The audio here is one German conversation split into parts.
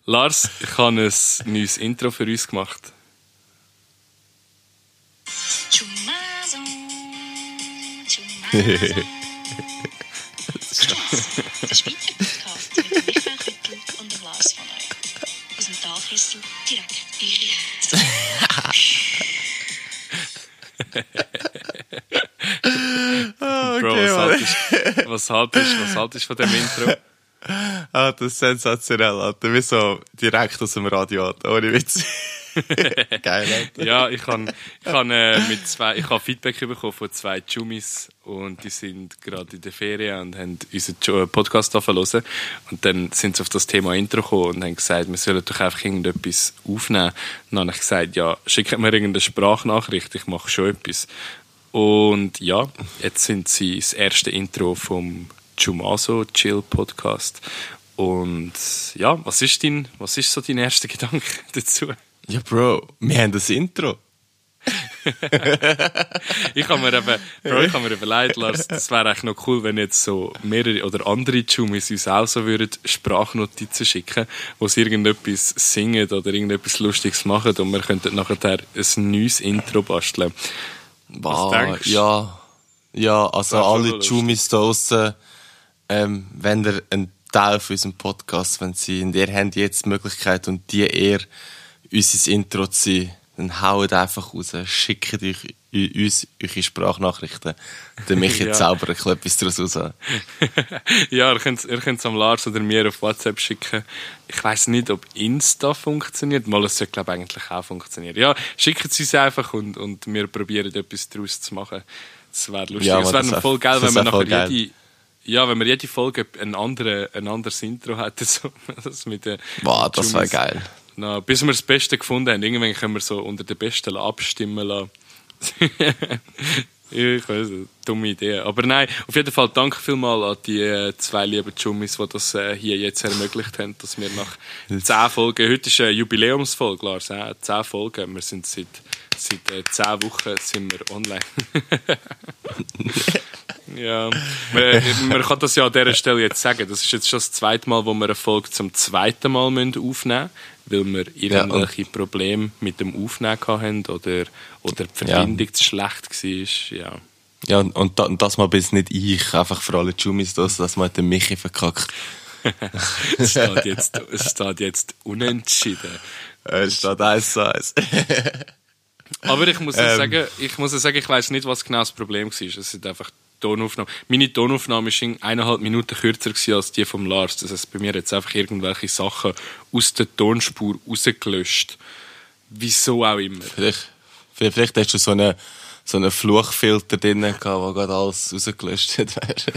Lars, ich habe ein neues Intro für uns gemacht. Der Schweizer-Podcast mit dem Michael Küppel und dem Lars von euch. Aus dem Talkessel direkt in Bro, was haltest du von dem Intro? Das ist sensationell, Alter. Wie so direkt aus dem Radio, Alter. Ohne Witz. Geil, Alter. Ja, ich habe Feedback bekommen von 2 Jumis und die sind gerade in der Ferien und haben unseren Podcast hören. Und dann sind sie auf das Thema Intro gekommen und haben gesagt, wir sollen doch einfach irgendetwas aufnehmen. Und dann habe ich gesagt, ja, schickt mir irgendeine Sprachnachricht, ich mache schon etwas. Und ja, jetzt sind sie das erste Intro vom Chumaso Chill Podcast. Und ja, was ist so dein erster Gedanke dazu? Ja, Bro, wir haben das Intro. Ich habe mir überlegt, Lars, das wäre eigentlich noch cool, wenn jetzt so mehrere oder andere Chumis uns auch so würden Sprachnotizen schicken, wo sie irgendetwas singen oder irgendetwas Lustiges machen und wir könnten nachher ein neues Intro basteln. Was denkst du? Ja, also alle Chumis da draussen, wenn ihr einen Teil von unserem Podcast sind, ihr habt jetzt die Möglichkeit und die eher unser Intro zu sein, dann haut einfach raus, schickt uns eure Sprachnachrichten, dann mich jetzt selber etwas daraus raus. Ja, ihr könnt es am Lars oder mir auf WhatsApp schicken. Ich weiss nicht, ob Insta funktioniert. Mal, es sollte, glaube ich, eigentlich auch funktionieren. Ja, schickt es uns einfach und wir probieren etwas daraus zu machen. Das wäre lustig. Ja, es wäre voll geil, wenn wir nachher wenn wir jede Folge ein anderes Intro hätten. So, das mit den das wäre geil. Na, bis wir das Beste gefunden haben. Irgendwann können wir so unter den Besten abstimmen lassen. Ich weiß nicht, dumme Idee. Aber nein, auf jeden Fall danke vielmals an die 2 lieben Jummis, die das hier jetzt ermöglicht haben, dass wir nach 10 Folgen, heute ist eine Jubiläumsfolge, Lars, 10 Folgen, wir sind seit 10 Wochen sind wir online. Ja, man kann das ja an dieser Stelle jetzt sagen. Das ist jetzt schon das 2. Mal, wo wir eine Folge zum 2. Mal aufnehmen müssen, weil wir irgendwelche Probleme mit dem Aufnehmen hatten oder die Verbindung zu schlecht war. Ja, und das mal bis nicht ich, einfach für alle Jumis, das mal den Michi verkackt. Es steht jetzt unentschieden. Es steht 1:1. Aber ich muss sagen, ich weiss nicht, was genau das Problem war. Es ist einfach Tonaufnahme. Meine Tonaufnahme war 1,5 Minuten kürzer als die vom Lars. Das heißt, bei mir jetzt einfach irgendwelche Sachen aus der Tonspur rausgelöscht. Wieso auch immer. Vielleicht hast du so einen Fluchfilter drin gehabt, wo gerade alles rausgelöscht hat.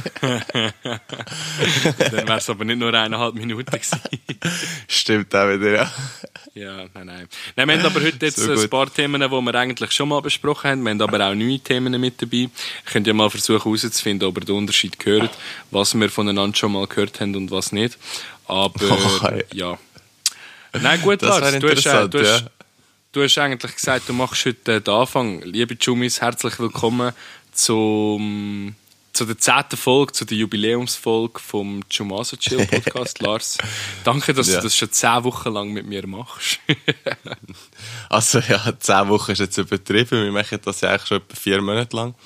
Dann wäre es aber nicht nur 1,5 Minuten gewesen. Stimmt auch wieder, ja. Ja, nein. Wir haben aber heute jetzt ein paar Themen, die wir eigentlich schon mal besprochen haben. Wir haben aber auch neue Themen mit dabei. Ihr könnt ja mal versuchen herauszufinden, ob ihr den Unterschied hört, was wir voneinander schon mal gehört haben und was nicht. Aber, ja. Nein, gut, Lars, du hast eigentlich gesagt, du machst heute den Anfang. Liebe Jumis, herzlich willkommen zu der 10. Folge, zu der Jubiläumsfolge vom Chumaso Chill Podcast. Lars, danke, dass du das schon 10 Wochen lang mit mir machst. Also ja, 10 Wochen ist jetzt übertrieben. Wir machen das ja eigentlich schon etwa 4 Monate lang.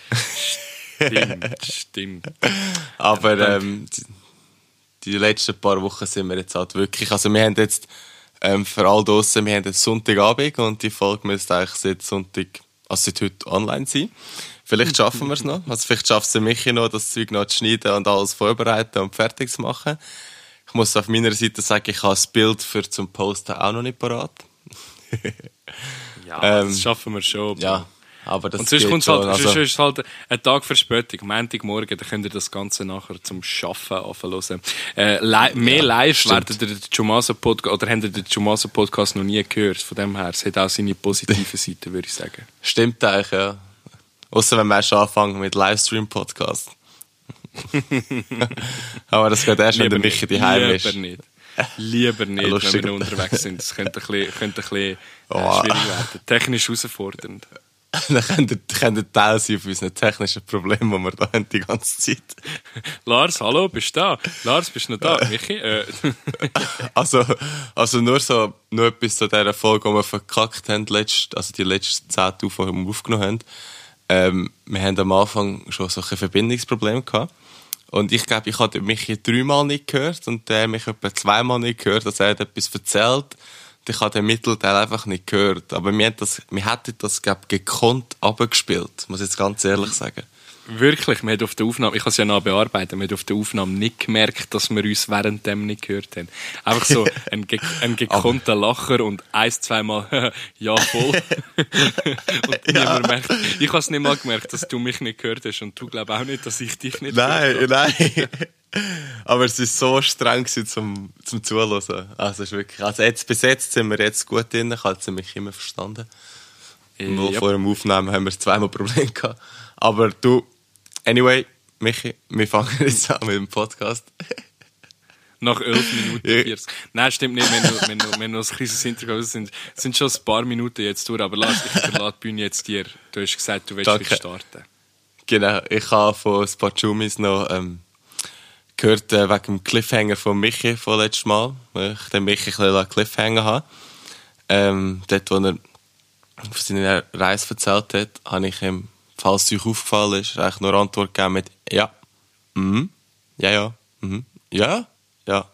Stimmt. Aber die letzten paar Wochen sind wir jetzt halt wirklich... Also wir haben jetzt... für all draussen, wir haben jetzt Sonntagabend und die Folge müsste eigentlich seit heute online sein. Vielleicht schaffen wir es noch. Also vielleicht schafft es mich noch, das Zeug noch zu schneiden und alles vorbereiten und fertig zu machen. Ich muss auf meiner Seite sagen, ich habe das Bild zum Posten auch noch nicht parat. Ja, das schaffen wir schon. Ja, aber das und sonst geht schon. Sonst ist es halt ein Tag Verspätung. Montagmorgen, dann könnt ihr das Ganze nachher zum Arbeiten anfangen. Mehr live werdet ihr den Chumaso Podcast, oder habt ihr den Chumaso Podcast noch nie gehört. Von dem her, es hat auch seine positive Seite, würde ich sagen. Stimmt eigentlich, ja. Ausser wenn wir erst anfangen mit Livestream-Podcast. Aber das geht erst, wenn der Michi daheim ist. Lieber nicht, wenn wir unterwegs sind. Das könnte ein bisschen schwierig werden. Technisch herausfordernd. Dann könnt ihr Teil sein auf unseren technischen Problemen, die wir da haben die ganze Zeit. Lars, hallo, bist du da? Lars, bist du noch da? Michi? Also nur etwas zu dieser Folge, die wir verkackt haben, die letzten 10 Aufnahmen, die wir aufgenommen haben. Wir haben am Anfang schon solche Verbindungsprobleme gehabt. Und ich glaube, ich habe Michi 3-mal nicht gehört und der mich etwa 2-mal nicht gehört, dass er hat etwas erzählt. Ich habe den Mittelteil einfach nicht gehört. Aber wir hätten das, glaube ich, gekonnt abgespielt, muss ich jetzt ganz ehrlich sagen. Wirklich, wir haben auf der Aufnahme, ich habe es ja noch bearbeitet, wir haben auf der Aufnahme nicht gemerkt, dass wir uns während dem nicht gehört haben. Einfach so ein gekonnter Lacher und 1-2 Mal ja, voll. Und niemand merkt. Ich habe es nicht mal gemerkt, dass du mich nicht gehört hast und du glaubst auch nicht, dass ich dich nicht gehört habe. Nein. Aber es war so streng zum Zuhören. Also, bis jetzt sind wir jetzt gut drin, ich habe mich immer verstanden. Nur vor dem Aufnehmen haben wir 2-mal Probleme gehabt. Aber du, anyway, Michi, wir fangen jetzt an mit dem Podcast. Nach 11 Minuten 40. Nein, stimmt nicht, wenn du noch ein kleines Intro hast, sind schon ein paar Minuten jetzt durch. Aber Lars, ich verlasse die Bühne jetzt dir. Du hast gesagt, du willst wieder starten. Genau, ich habe von ein paar Jumis noch gehört wegen dem Cliffhanger von Michi von letztes Mal. Ich den Michi ein bisschen Cliffhanger habe. Dort, wo er von seiner Reise erzählt hat, habe ich ihm, falls es euch aufgefallen ist, eigentlich nur Antwort gegeben mit ja, ja, ja, ja,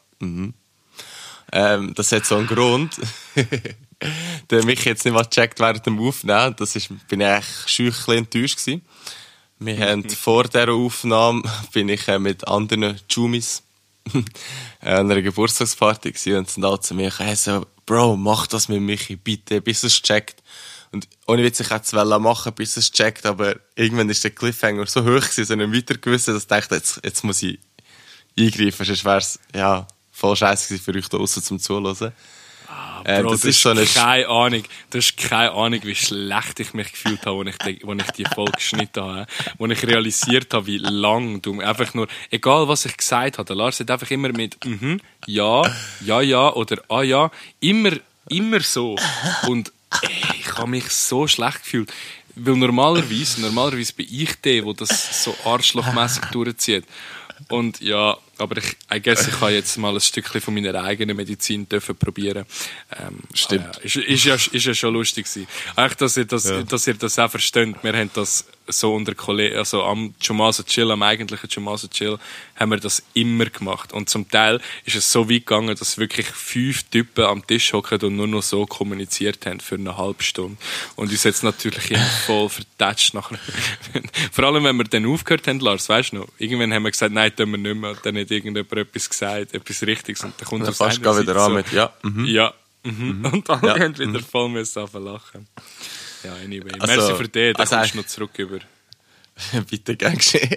das hat so einen Grund. Der mich jetzt nicht mal gecheckt während dem Aufnehmen. Bin ich eigentlich schüch enttäuscht gewesen. Wir haben vor dieser Aufnahme bin ich mit anderen Jumis an einer Geburtstagsparty gewesen und sind alle zu mir gesagt, hey, so, Bro, mach das mit Michi, bitte, bis es checkt. Und ohne Witz, ich hätte es machen, bis es checkt, aber irgendwann ist der Cliffhanger so hoch gewesen, so nicht weiter gewusst, dass ich dachte, jetzt muss ich eingreifen, sonst wäre es, ja, voll scheiße gewesen für euch da draussen zum Zuhören. Bro, das ist so keine Ahnung. Du hast keine Ahnung, wie schlecht ich mich gefühlt habe, als ich die Folge geschnitten habe. Als ich realisiert habe, wie lang du einfach nur, egal was ich gesagt habe, der Lars hat einfach immer mit ja oder ah ja, immer so. Und ich habe mich so schlecht gefühlt. Weil normalerweise bin ich der das so arschlochmässig durchzieht. Und ja, aber ich kann jetzt mal ein Stückchen von meiner eigenen Medizin probieren. Stimmt. Ist ja schon lustig gewesen. Eigentlich, dass ihr das auch versteht. Wir haben das so unter Kollegen, also am eigentlichen Chumaso Chill, haben wir das immer gemacht. Und zum Teil ist es so weit gegangen, dass wirklich 5 Typen am Tisch hocken und nur noch so kommuniziert haben für eine halbe Stunde. Und uns jetzt natürlich voll vertätscht nachher. Vor allem, wenn wir dann aufgehört haben, Lars, weißt du noch? Irgendwann haben wir gesagt, nein, tun wir nicht mehr. Dann hat irgendjemand etwas gesagt, etwas Richtiges. Und dann kommt dann fast wieder an mit ja. Ja. Und alle haben wieder voll müssen lachen. Ja, anyway. Also, merci für dich, dann kommst du noch zurück über. Bitte, gern geschehen.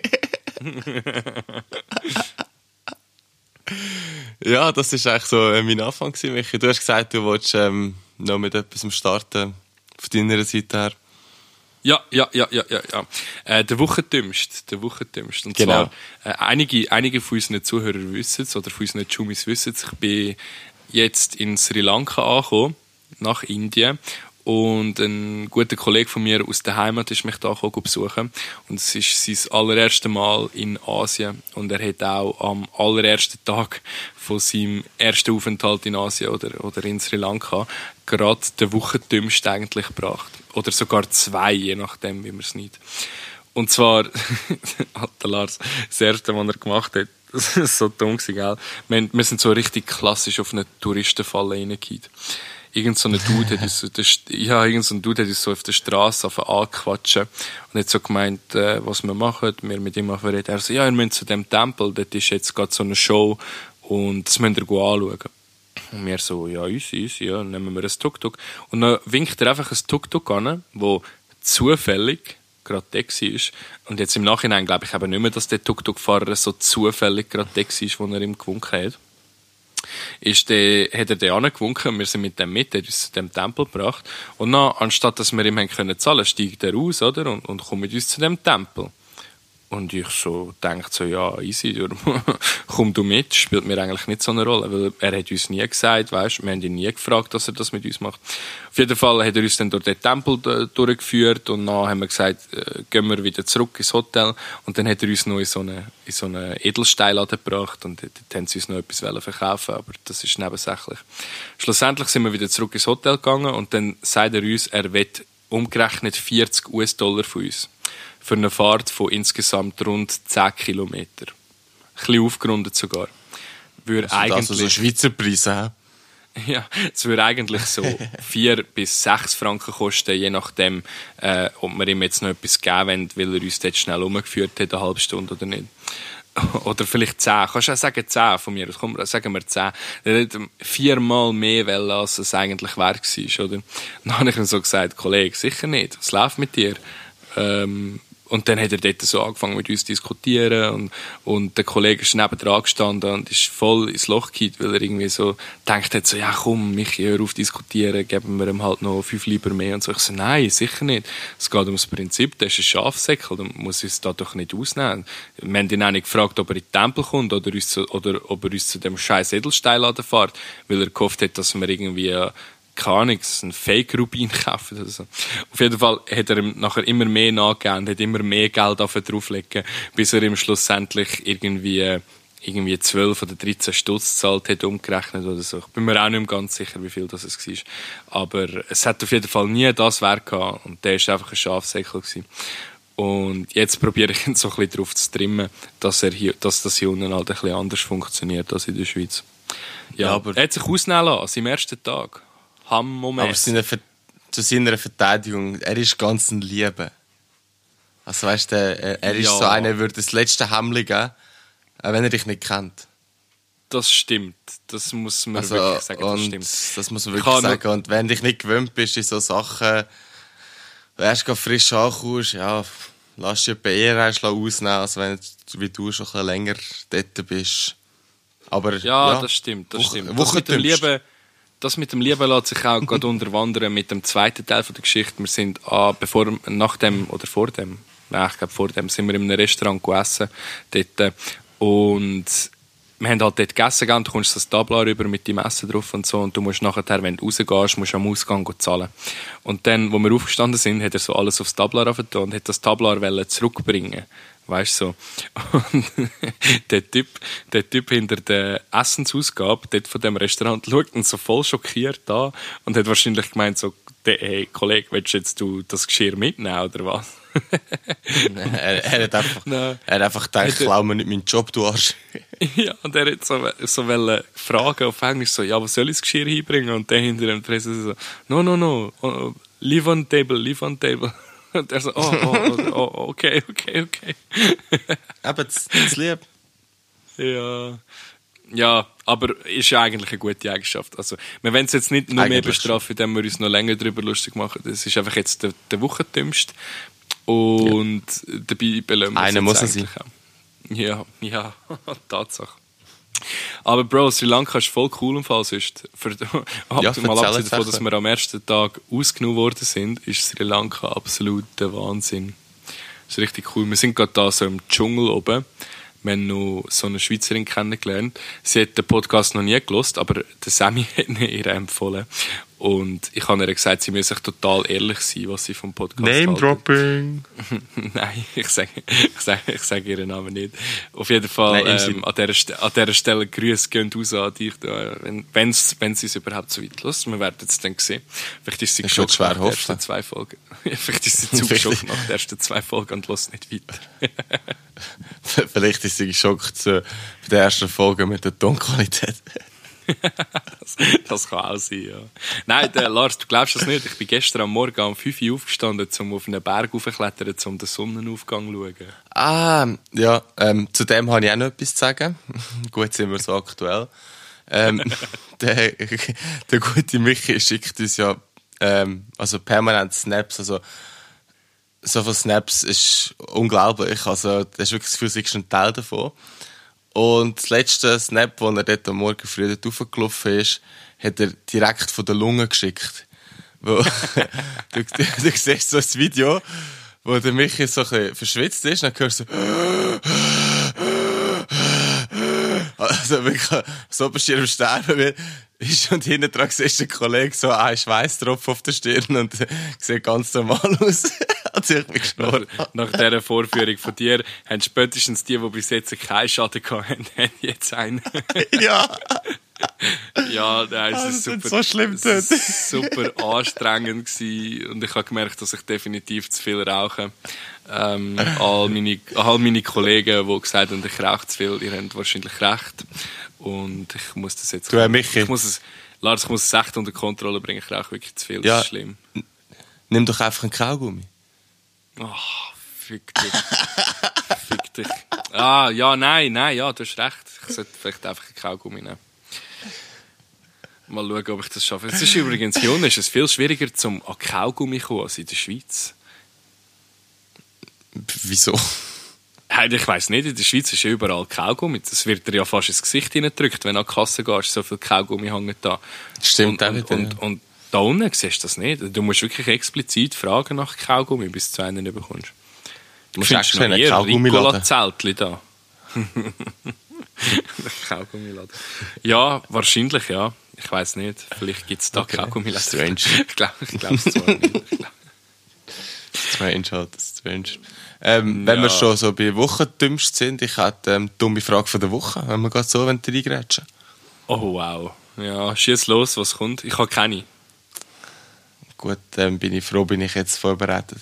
Ja, das war eigentlich so mein Anfang gewesen, Michi. Du hast gesagt, du wolltest noch mit etwas starten, von deiner Seite her. Ja. Der Wochentümst. Und genau. Zwar, einige von unseren Zuhörern wissen es, oder von unseren Chumis wissen es, ich bin jetzt in Sri Lanka angekommen, nach Indien. Und ein guter Kollege von mir aus der Heimat ist mich da besuchen. Und es ist sein allererstes Mal in Asien. Und er hat auch am allerersten Tag von seinem ersten Aufenthalt in Asien oder in Sri Lanka gerade den Wochentümst eigentlich gebracht. Oder sogar 2, je nachdem, wie man es nimmt. Und zwar, der Lars, das erste, was er gemacht hat, das ist so dumm gewesen, gell? Wir sind so richtig klassisch auf eine Touristenfalle reingegangen. Irgend so ein Dude hat uns so auf der Straße angequatscht und hat so gemeint, was wir machen. Wir mit ihm reden. Er so, ja, ihr müsst zu dem Tempel, dort ist jetzt gerade so eine Show und das müsst ihr anschauen. Und wir so, ja, easy, ja, nehmen wir ein Tuk-Tuk. Und dann winkt er einfach ein Tuk-Tuk an, wo zufällig gerade der war. Und jetzt im Nachhinein glaube ich aber nicht mehr, dass der Tuk-Tuk-Fahrer so zufällig gerade der war, wo er ihm gewunken hat. Hat er den angewunken, wir sind mit dem hat uns zu dem Tempel gebracht. Und dann, anstatt dass wir ihm zahlen können, steigt er aus, oder? Und kommt mit uns zu dem Tempel. Und ich so denke so, ja, easy, komm du mit, spielt mir eigentlich nicht so eine Rolle, weil er hat uns nie gesagt, weißt, wir haben ihn nie gefragt, dass er das mit uns macht. Auf jeden Fall hat er uns dann durch den Tempel durchgeführt und dann haben wir gesagt, gehen wir wieder zurück ins Hotel und dann hat er uns noch in so eine Edelsteinladen gebracht und dort haben sie uns noch etwas verkaufen, aber das ist nebensächlich. Schlussendlich sind wir wieder zurück ins Hotel gegangen und dann sagt er uns, er will umgerechnet $40 von uns. Für eine Fahrt von insgesamt rund 10 Kilometer. Ein bisschen aufgerundet sogar. Würde Also eigentlich, das so Schweizer Preise, ja, es würde eigentlich so 4 bis 6 Franken kosten, je nachdem, ob wir ihm jetzt noch etwas geben wollen, weil er uns dort schnell umgeführt hat, eine halbe Stunde oder nicht. Oder vielleicht 10. Kannst du auch sagen 10 von mir? Komm, sagen wir 10. Er hat 4-mal mehr wollen, als es eigentlich wert war, oder? Dann habe ich ihm so gesagt, Kollege, sicher nicht. Was läuft mit dir? Und dann hat er dort so angefangen mit uns zu diskutieren und der Kollege ist nebendran gestanden und ist voll ins Loch gefallen, weil er irgendwie so gedacht hat, so, ja komm, Michi, hör auf diskutieren, geben wir ihm halt noch 5 lieber mehr. Und so, ich so, nein, sicher nicht. Es geht ums Prinzip, der ist ein Schafsäckel, der muss uns da doch nicht ausnehmen. Wir haben ihn auch nicht gefragt, ob er in den Tempel kommt oder ob er uns zu dem scheiß Edelsteinladen fährt, weil er gehofft hat, dass wir irgendwie keine Ahnung, einen Fake-Rubin kaufen oder so. Auf jeden Fall hat er ihm nachher immer mehr nachgegeben und hat immer mehr Geld drauflegen, bis er ihm schlussendlich irgendwie 12 oder 13 Stutz gezahlt hat, umgerechnet oder so. Ich bin mir auch nicht mehr ganz sicher, wie viel das war. Aber es hat auf jeden Fall nie das Wert gehabt und der war einfach ein Schafsäckel gewesen. Und jetzt probiere ich ihn so ein bisschen darauf zu trimmen, dass das hier unten halt ein bisschen anders funktioniert als in der Schweiz. Ja, aber er hat sich ausnehmen lassen, seinem ersten Tag. Aber zu seiner Verteidigung, er ist ganz ein Liebe. Also weißt du, er ist so einer, der würde das letzte Hemdli geben, auch wenn er dich nicht kennt. Das stimmt. Das muss man wirklich sagen, das stimmt. Das muss man wirklich sagen. Und wenn du dich nicht gewöhnt bist in so Sachen, du erst frisch ankommst, ja, lass dich eher ausnehmen, als wenn wie du schon ein bisschen länger dort bist. Aber, ja, das stimmt. Das mit dem Lieben lässt sich auch gerade unterwandern mit dem zweiten Teil der Geschichte. Wir sind vor dem sind wir in einem Restaurant gegessen dort. Und wir haben halt dort gegessen und du kommst das Tablar rüber mit dem Essen drauf und so und du musst nachher, wenn du rausgehst, musst du am Ausgang zahlen. Und dann, wo wir aufgestanden sind, hat er so alles aufs Tablar aufgetan und hat das Tablar zurückbringen. Weißt du, so. Und der Typ hinter der Essensausgabe dort von dem Restaurant schaut ihn so voll schockiert an und hat wahrscheinlich gemeint so, hey Kollege, willst du jetzt das Geschirr mitnehmen oder was? er hat einfach gedacht, klau mir nicht meinen Job, du Arsch. Ja, und er hat so fragen auf Englisch so, ja, was soll ich das Geschirr hinbringen? Und der hinter dem Tresen so, no, leave on table. Und er so, okay. Aber das lieb. Ja, aber ist ja eigentlich eine gute Eigenschaft. Also, wir wollen es jetzt nicht noch mehr bestrafen, indem wir uns noch länger darüber lustig machen. Das ist einfach jetzt der Wochentümst. Und dabei belohnen wir einer muss es sein. Ja, Tatsache. Aber Bro, Sri Lanka ist voll cool im Fall sonst. Mal abgesehen davon, dass wir am ersten Tag ausgenommen worden sind, ist Sri Lanka absolut der Wahnsinn. Das ist richtig cool. Wir sind gerade da so im Dschungel oben. Wir haben noch so eine Schweizerin kennengelernt. Sie hat den Podcast noch nie gehört, aber der Sammy hat ihn ihr empfohlen. Und ich habe ihr gesagt, sie müsse total ehrlich sein, was sie vom Podcast Name-Dropping! Nein, ich sage ihren Namen nicht. Auf jeden Fall, an dieser Stelle Grüße gehen raus an dich, wenn sie es überhaupt so weit lässt. Wir werden es dann sehen. Vielleicht ist sie geschockt nach den ersten 2 Folgen. Vielleicht ist sie zu geschockt nach den ersten 2 Folgen und lässt nicht weiter. Vielleicht ist sie geschockt bei der ersten Folge mit der Tonqualität. Das kann auch sein, ja. Nein, Lars, du glaubst das nicht. Ich bin gestern am Morgen um 5 Uhr aufgestanden, um auf einen Berg hochzuklettern, um den Sonnenaufgang zu schauen. Ja, zu dem habe ich auch noch etwas zu sagen. Gut, sind wir so aktuell. Der gute Michi schickt uns ja also permanent Snaps, also so viele Snaps ist unglaublich. Also, das ist wirklich das Gefühl, du bist ein Teil davon. Und das letzte Snap, wo er dort am Morgen früh dort raufgelaufen ist, hat er direkt von der Lunge geschickt. Du siehst so ein Video, wo der Michi so ein bisschen verschwitzt ist, dann hörst du also wirklich, so bist du am Sterben wird, und hinten dran siehst du den Kollegen so einen Schweißtropfen auf der Stirn und sieht ganz normal aus. Hat sich geschnurrt. Nach dieser Vorführung von dir haben spätestens die bis jetzt keinen Schaden gehabt haben, haben jetzt einen. Ja. Ja, nein, es ist das super, so schlimm es ist super anstrengend gewesen und ich habe gemerkt, dass ich definitiv zu viel rauche. All meine Kollegen, die gesagt haben, ich rauche zu viel, ihr habt wahrscheinlich recht. Und ich muss das jetzt... Michi. Ich muss es echt unter Kontrolle bringen, ich rauche wirklich zu viel, das Ja. ist schlimm. Nimm doch einfach einen Kaugummi. Oh, fick dich. Fick dich. Ah, ja, nein, ja, du hast recht. Ich sollte vielleicht einfach einen Kaugummi nehmen. Mal schauen, ob ich das schaffe. Es ist übrigens hier unten ist es viel schwieriger, zum an Kaugummi zu kommen als in der Schweiz. Wieso? Ich weiss nicht, in der Schweiz ist ja überall Kaugummi. Das wird dir ja fast ins Gesicht hineindrückt, wenn du an die Kasse gehst. So viel Kaugummi hängen da. Stimmt auch wieder. Und da unten siehst du das nicht. Du musst wirklich explizit fragen nach Kaugummi, bis du einen bekommst. Du musst Findest echt noch du einen eher Kaugummiladen? Ricola-Zeltli da. Kaugummiladen. Ja, wahrscheinlich, ja. Ich weiss nicht. Vielleicht gibt es da Kaugummiladen. Strange. Ich glaube es zwar nicht. Strange halt, strange. Wenn wir schon so bei Wochendümmst sind, ich hätte dumme Frage von der Woche, wenn wir gerade so reingrätschen. Oh wow. Ja, schieß los, was kommt. Ich habe keine. Gut, bin ich froh, bin ich jetzt vorbereitet.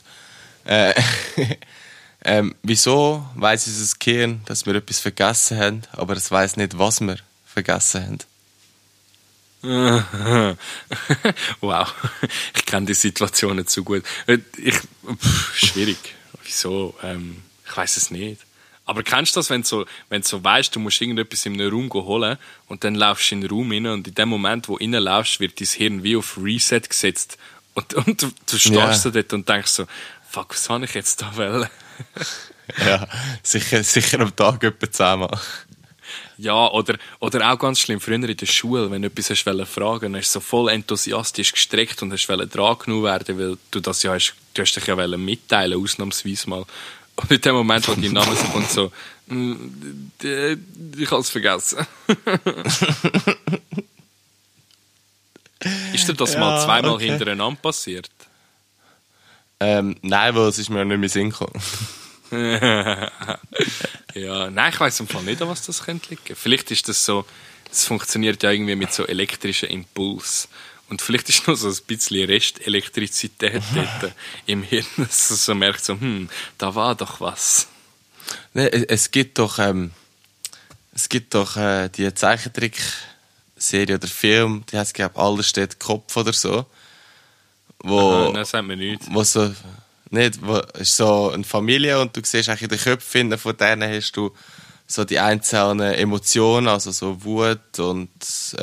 Wieso weiss unser Gehirn, dass wir etwas vergessen haben, aber es weiss nicht, was wir vergessen haben? Wow, ich kenne die Situation nicht so gut. Schwierig. Wieso? Ich weiß es nicht. Aber kennst du das, wenn du so weißt, du musst irgendetwas in einem Raum holen und dann laufst du in den Raum rein und in dem Moment, wo du reinlaufst, wird dein Hirn wie auf Reset gesetzt und du stehst so dort und denkst so, fuck, was habe ich jetzt da wollen? Ja, sicher am Tag etwa 10-mal. Ja, oder auch ganz schlimm, früher in der Schule, wenn du etwas hast fragen, dann hast du so voll enthusiastisch gestreckt und hast dran genommen werden, weil du das ja hast, du hast dich ja mitteilen, ausnahmsweise mal. Und in dem Moment, wo dein Name so kommt, so, ich habe es vergessen. Ist dir das mal zweimal hintereinander passiert? Nein, weil es ist mir nicht mehr Sinn gekommen. Ja, nein, ich weiss im Fall nicht, an was das könnte liegen. Vielleicht ist das so, es funktioniert ja irgendwie mit so elektrischen Impuls. Und vielleicht ist noch so ein bisschen Restelektrizität dort im Hirn, dass man so merkt, so, da war doch was. Nee, es gibt doch die Zeichentrickserie oder Film, die heisst, glaube ich, «Alles steht Kopf» oder so. Wo, das sagt mir nichts. Wo so, nicht, wo ist so eine Familie und du siehst eigentlich in den Köpfen von denen hast du so die einzelnen Emotionen, also so Wut und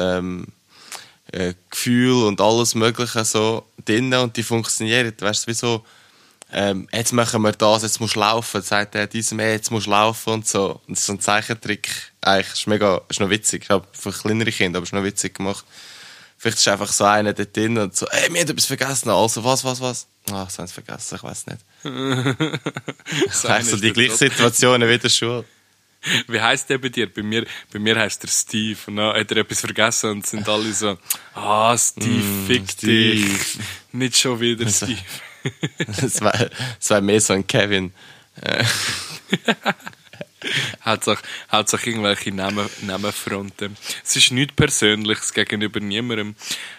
Gefühl und alles Mögliche so drin und die funktionieren. Weißt du, wie so, jetzt machen wir das, jetzt musst du laufen, sagt er diesem, jetzt musst du laufen und so. Und das ist so ein Zeichentrick. Eigentlich ist ist noch witzig. Ich habe für kleinere Kinder, aber ist noch witzig gemacht. Vielleicht ist einfach so einer dort drin und so, wir haben etwas vergessen. Also, was? Ach, das haben sie vergessen, ich weiss nicht. Das heißt so die gleichen Situationen wie der Schule. Wie heisst der bei dir? Bei mir heisst er Steve. Und dann hat er etwas vergessen und sind alle so, Steve, fick dich. Nicht schon wieder Steve. Das war mehr so ein Kevin. Hauptsache irgendwelche Namenfronten. Es ist nichts Persönliches gegenüber niemandem,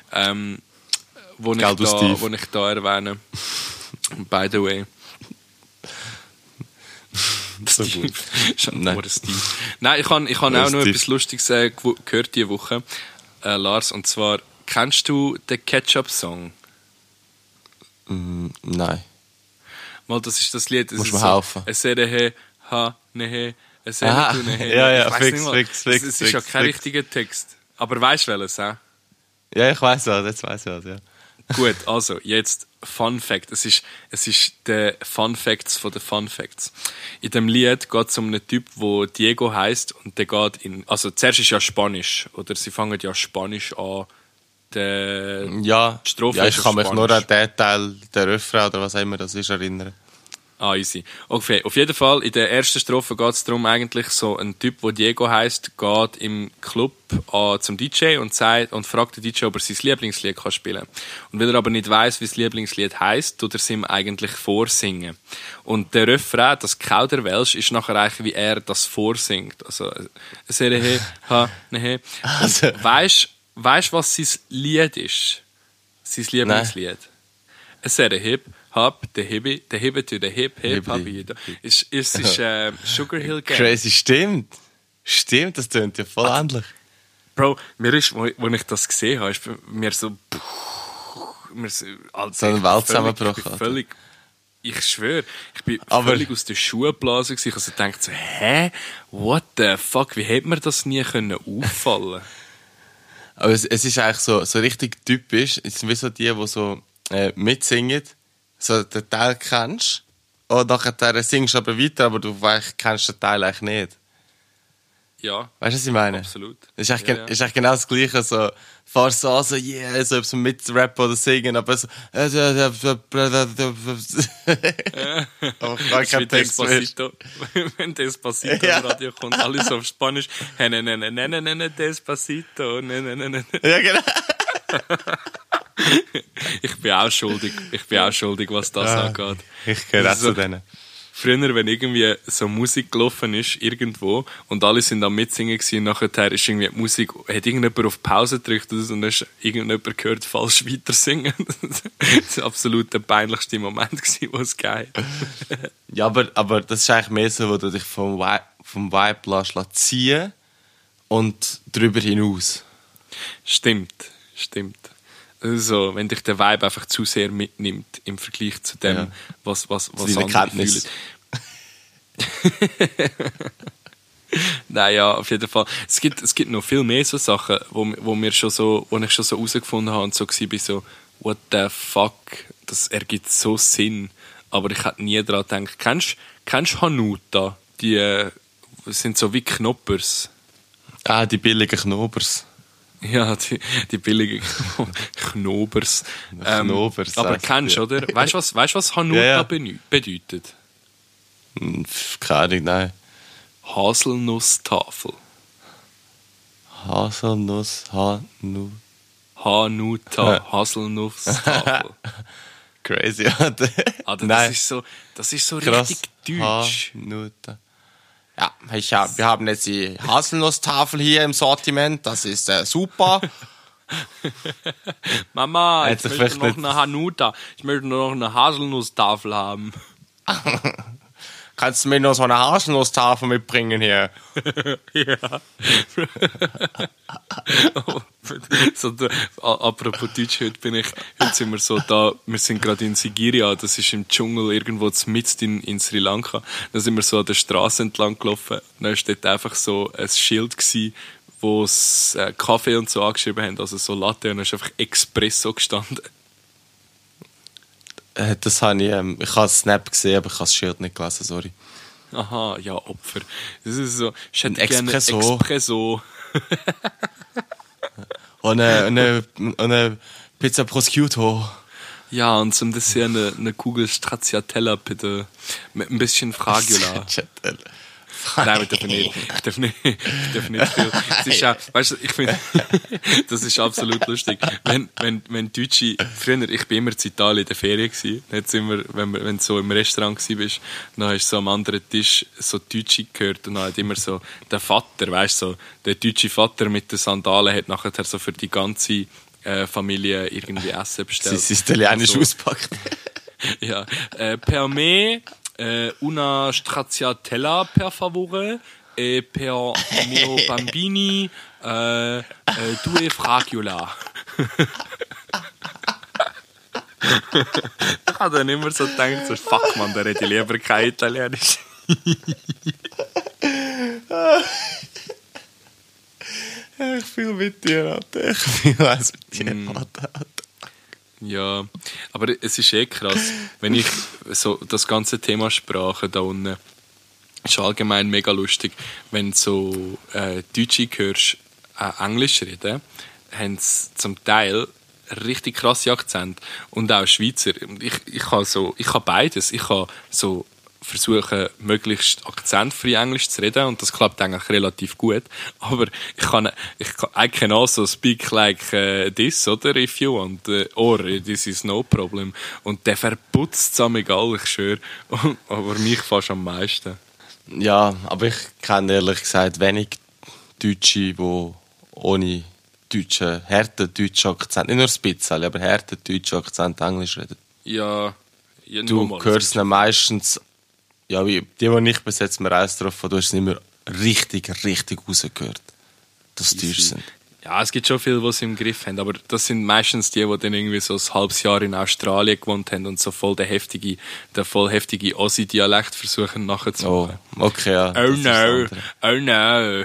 wo ich da erwähne. By the way. So Steve. Nein. Steve. Nein, ich habe auch noch etwas Lustiges gehört diese Woche, Lars, und zwar, kennst du den Ketchup-Song? Nein. Mal, das ist das Lied. Muss mir helfen. Es ist ja, fix. Es ist ja kein richtiger Text. Aber weißt du welches, hä? Ja, ich weiss was, jetzt weiss ich was, ja. Gut, also, jetzt Fun Fact. Es ist der Fun Facts von den Fun Facts. In dem Lied geht es um einen Typ, der Diego heisst und der geht also zuerst ist ja Spanisch, oder sie fangen ja Spanisch an. Die Strophe ich kann mich Spanisch. nur an den Teil der Refrain oder was auch immer das ist erinnern. Ah, easy. Okay, auf jeden Fall, in der ersten Strophe geht es darum, eigentlich so ein Typ, der Diego heisst, geht im Club zum DJ und fragt den DJ, ob er sein Lieblingslied kann spielen kann. Und weil er aber nicht weiss, wie das Lieblingslied heisst, tut er es ihm eigentlich vorsingen. Und der Refrain, das Kauderwelsch, ist nachher eigentlich, wie er das vorsingt. Also, weißt, was sein Lied ist? Sein Lieblingslied? Es ist Hip, Hop, der Hibby to the Hip, Happy. Es ist Sugar Hill Gang. Crazy, stimmt. Stimmt, das klingt ja voll ähnlich. Bro, mir ist, als ich das gesehen habe, ist mir so... so ein Weltzusammenbruch. Ich schwöre, ich bin völlig aus den Schuhen geblasen gewesen. Also dachte so, hä? What the fuck? Wie hätte mir das nie auffallen? Aber es ist eigentlich so richtig typisch. Es sind wie so die so mitsingen, so den Teil kennst. Und nachher singst du aber weiter, aber du kennst den Teil eigentlich nicht. Ja. Weißt du, was ich meine? Absolut. Es ist eigentlich genau das Gleiche. So, fährst so an, so, yeah, so, ob so mitrappen oder singen, aber so, aber kein Text Despacito. Wenn Despacito im Radio kommt, alles auf Spanisch. Despacito. Ja, genau. Ich bin auch schuldig, was das angeht. Ich gehöre auch zu denen. Früher, wenn irgendwie so Musik gelaufen ist, irgendwo, und alle sind am Mitsingen gewesen, und nachher ist irgendwie die Musik, hat irgendjemand auf Pause gedrückt, und dann hast irgendjemand gehört, falsch weiter singen. Das war absolut der peinlichste Moment gewesen, was es gegeben hat. Ja, aber das ist eigentlich mehr so, wo du dich vom Vibe lässt ziehen und darüber hinaus. Stimmt. Also, wenn dich der Vibe einfach zu sehr mitnimmt im Vergleich zu dem, was andere fühlen. Naja, auf jeden Fall. Es gibt noch viel mehr so Sachen, wo ich schon so herausgefunden habe und so war, so, what the fuck, das ergibt so Sinn. Aber ich hätte nie daran gedacht. Kennst du Hanuta? Die sind so wie Knoppers. Ah, die billigen Knoppers. Ja, die billigen Knobers. Knobers. Aber kennst du, oder? Weißt du, was Hanuta bedeutet? Keine Ahnung, nein. Haselnusstafel. Hanuta, Haselnusstafel. Crazy. Das ist so richtig deutsch. Hanuta. Ja, wir haben jetzt die Haselnusstafel hier im Sortiment. Das ist super. Mama, ich möchte noch eine Hanuta. Ich möchte noch eine Haselnusstafel haben. Kannst du mir noch so eine Haselnusstafel mitbringen hier? Ja. Apropos Deutsch, heute sind wir so da, wir sind gerade in Sigiriya, das ist im Dschungel irgendwo mitten in Sri Lanka. Da sind wir so an der Straße entlang gelaufen. Da war dort einfach so ein Schild gewesen, wo es Kaffee und so angeschrieben haben, also so Latte, und da ist einfach Espresso gestanden. Das habe ich habe Snap gesehen, aber ich habe das Schild nicht gelesen, sorry. Aha, ja, Opfer. Das ist so, ich hätte gerne Expresso. Und eine Pizza Prosciutto. Ja, und zum Dessert eine Kugel Stracciatella, bitte. Mit ein bisschen Fragola. Nein, ich darf nicht. Ich darf nicht viel. Es ist auch, weißt du, ich finde, das ist absolut lustig. Wenn Deutsche, früher, ich bin immer in Italien in der Ferien gewesen. Jetzt immer, wenn du so im Restaurant gewesen bist, dann hast du so am anderen Tisch so Deutsche gehört und dann hat immer so der Vater, weißt du, so, der deutsche Vater mit den Sandalen hat nachher so für die ganze Familie irgendwie Essen bestellt. Sie ist italienisch so auspackt. Ja, per me, una stracciatella per favore, per mio bambini, due fragola. Ich habe dann immer so gedacht, so, fuck man, der redet lieber kein Italienisch. Ich fühle mit dir, Alter. Ich fühle eins mit dir, Alter. Ja, aber es ist krass, wenn ich so das ganze Thema Sprache da unten, ist allgemein mega lustig, wenn so Deutsche hörst, Englisch reden, haben sie zum Teil richtig krasse Akzente. Und auch Schweizer. Ich habe beides. Ich kann so versuchen, möglichst akzentfrei Englisch zu reden, und das klappt eigentlich relativ gut. Aber I can also speak like this, oder? If you want. Or this is no problem. Und der verputzt es egal, ich schwöre. Aber mich fast am meisten. Ja, aber ich kenne ehrlich gesagt wenig Deutsche, die ohne harten deutschen Akzent, nicht nur ein bisschen, aber harten deutschen Akzent Englisch reden. Ja du hörst ihn meistens, ja, wie die ich bis jetzt mir getroffen habe, du hast es immer richtig rausgehört, dass sie deutsch sind. Ja, es gibt schon viele, die es im Griff haben, aber das sind meistens die dann irgendwie so ein halbes Jahr in Australien gewohnt haben und so voll den voll heftige Aussie-Dialekt versuchen nachzumachen. Oh, okay, ja. Oh no.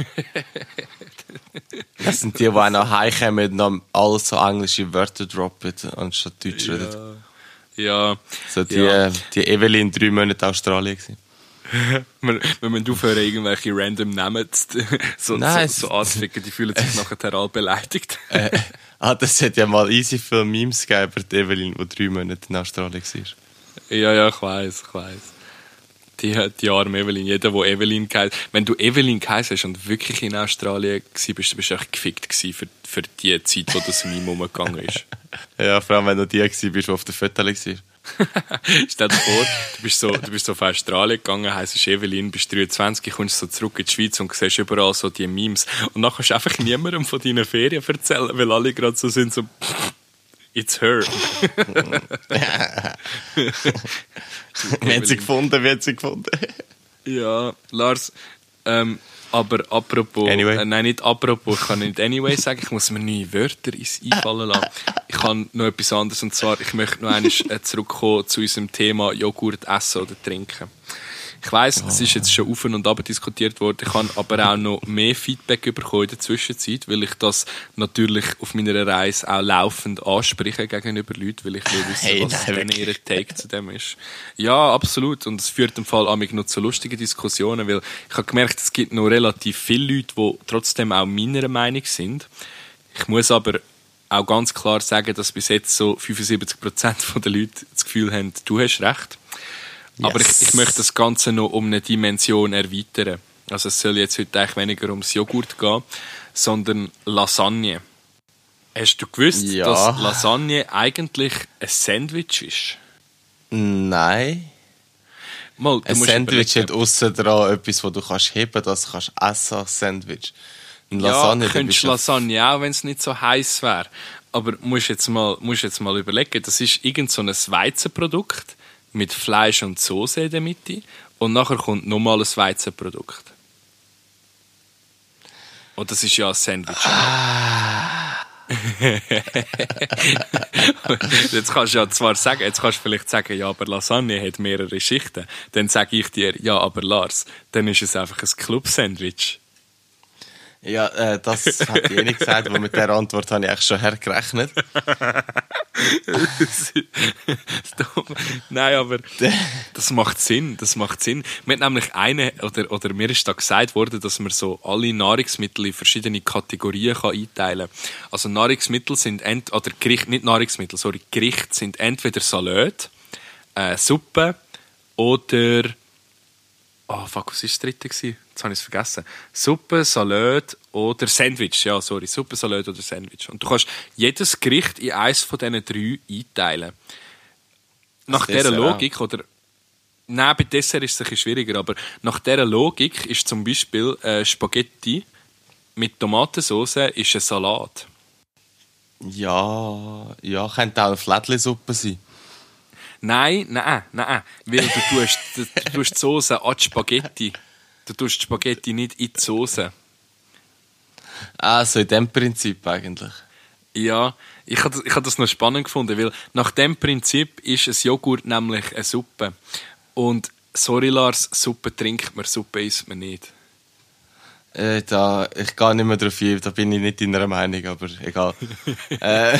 Das sind die auch nach Hause kommen und dann alles so englische Wörter droppen, anstatt Deutsch reden. Ja. So die Evelyn 3 Monate in Australien gewesen. Wenn man aufhören, irgendwelche random Namen so anzuficken, die fühlen sich nachher alle beleidigt. Das hat ja mal easy viele Memes gegeben über die Evelyn, die 3 Monate in Australien war. Ja, ich weiss. Die arme Evelyn. Jeder, der Evelyn heisst. Wenn du Evelyn geheißen hast und wirklich in Australien warst, bist du echt gefickt gewesen für die Zeit, wo das Meme umgegangen ist. Ja, vor allem, wenn du die warst, die auf der Foto war. Stell dir vor, du bist so auf Australien gegangen, heisst Evelyn, bist 23, kommst so zurück in die Schweiz und siehst überall so die Memes. Und dann kannst du einfach niemandem von deinen Ferien erzählen, weil alle gerade so sind, so it's her. Wir haben sie gefunden. Ja, Lars, aber apropos, anyway. Nein, nicht apropos, ich kann nicht anyway sagen, ich muss mir neue Wörter einfallen lassen. Ich kann noch etwas anderes, und zwar, ich möchte noch einmal zurückkommen zu unserem Thema Joghurt essen oder trinken. Ich weiss, es ist jetzt schon auf und ab diskutiert worden. Ich habe aber auch noch mehr Feedback bekommen in der Zwischenzeit, weil ich das natürlich auf meiner Reise auch laufend anspreche gegenüber Leuten, weil ich will wissen, was denn ihr Take zu dem ist. Ja, absolut. Und es führt im Fall amig noch zu lustigen Diskussionen, weil ich habe gemerkt, es gibt noch relativ viele Leute, die trotzdem auch meiner Meinung sind. Ich muss aber auch ganz klar sagen, dass bis jetzt so 75% der Leute das Gefühl haben, du hast recht. Yes. Aber ich möchte das Ganze noch um eine Dimension erweitern. Also es soll jetzt heute eigentlich weniger ums Joghurt gehen, sondern Lasagne. Hast du gewusst, dass Lasagne eigentlich ein Sandwich ist? Nein. Ein Sandwich hat aussen dran etwas, wo du kannst heben, das kannst essen als Sandwich. Lasagne, könntest Lasagne auch, wenn es nicht so heiß wäre. Aber musst jetzt mal überlegen, das ist irgend so ein Weizenprodukt mit Fleisch und Soße in der Mitte, und nachher kommt nochmal ein Weizenprodukt. Und das ist ja ein Sandwich. Jetzt kannst du ja zwar sagen, jetzt kannst du vielleicht sagen, ja, aber Lasagne hat mehrere Schichten. Dann sage ich dir, ja, aber Lars, dann ist es einfach ein Club-Sandwich. Ja, das hat die nicht gesagt, aber mit der Antwort habe ich eigentlich schon hergerechnet. Nein, aber das macht Sinn. Wir haben nämlich oder mir ist da gesagt worden, dass man so alle Nahrungsmittel in verschiedene Kategorien einteilen kann. Also Nahrungsmittel sind Gerichte sind entweder Salat, Suppe oder was war das dritte? Jetzt habe ich es vergessen. Suppe, Salat oder Sandwich. Ja, sorry. Suppe, Salat oder Sandwich. Und du kannst jedes Gericht in eines von diesen 3 einteilen. Nach dieser Logik, oder... Nein, bei Dessert ist es ein bisschen schwieriger, aber nach dieser Logik ist zum Beispiel Spaghetti mit Tomatensauce ist ein Salat. Ja, könnte auch eine Flättli-Suppe sein. Nein. Weil du tust die Soße an die Spaghetti. Du tust die Spaghetti nicht in die Soße. So in dem Prinzip eigentlich. Ja, ich habe das noch spannend gefunden, weil nach dem Prinzip ist ein Joghurt nämlich eine Suppe. Und sorry Lars, Suppe trinkt man, Suppe isst man nicht. Ich gehe nicht mehr darauf ein, da bin ich nicht deiner Meinung, aber egal. Wir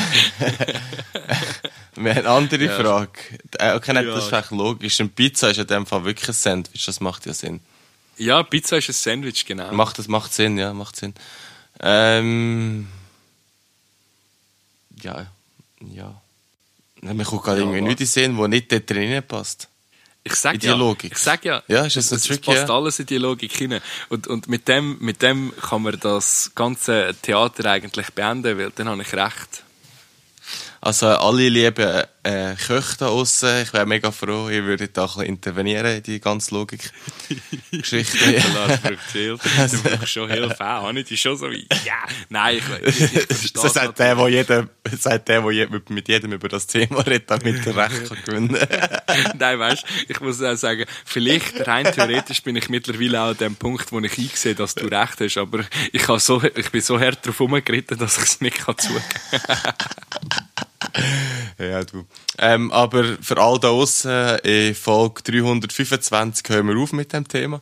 haben eine andere Frage. Okay, das ist vielleicht logisch. Eine Pizza ist in dem Fall wirklich ein Sandwich, das macht ja Sinn. Ja, Pizza ist ein Sandwich, genau. Macht Sinn, ja, macht Sinn. Ja. Mir kommt gerade irgendwie nichts in den Sinn, wo nicht dort drinnen passt. Ich sag in die Logik. Ich sag ja. Ja, ist das es tricky, passt ja? alles in die Logik hinein. Und mit dem kann man das ganze Theater eigentlich beenden, weil dann habe ich recht. Also alle lieben Köche da aussen, ich wäre mega froh, ihr würdet da ein bisschen intervenieren in die ganze Logik-Geschichte. Lars braucht Hilfe. Du brauchst schon Hilfe auch. Habe ich die schon so wie... Ja, nein, ich verstehe So sagt der, der mit jedem über das Thema redet, damit er Recht kann gewinnen kann. Nein, weißt du, ich muss auch sagen, vielleicht rein theoretisch bin ich mittlerweile auch an dem Punkt, wo ich einsehe, dass du recht hast, aber ich bin so hart drauf rumgeritten, dass ich es nicht zugeben kann. Ja, du. Aber für all da aussen, in Folge 325 hören wir auf mit dem Thema.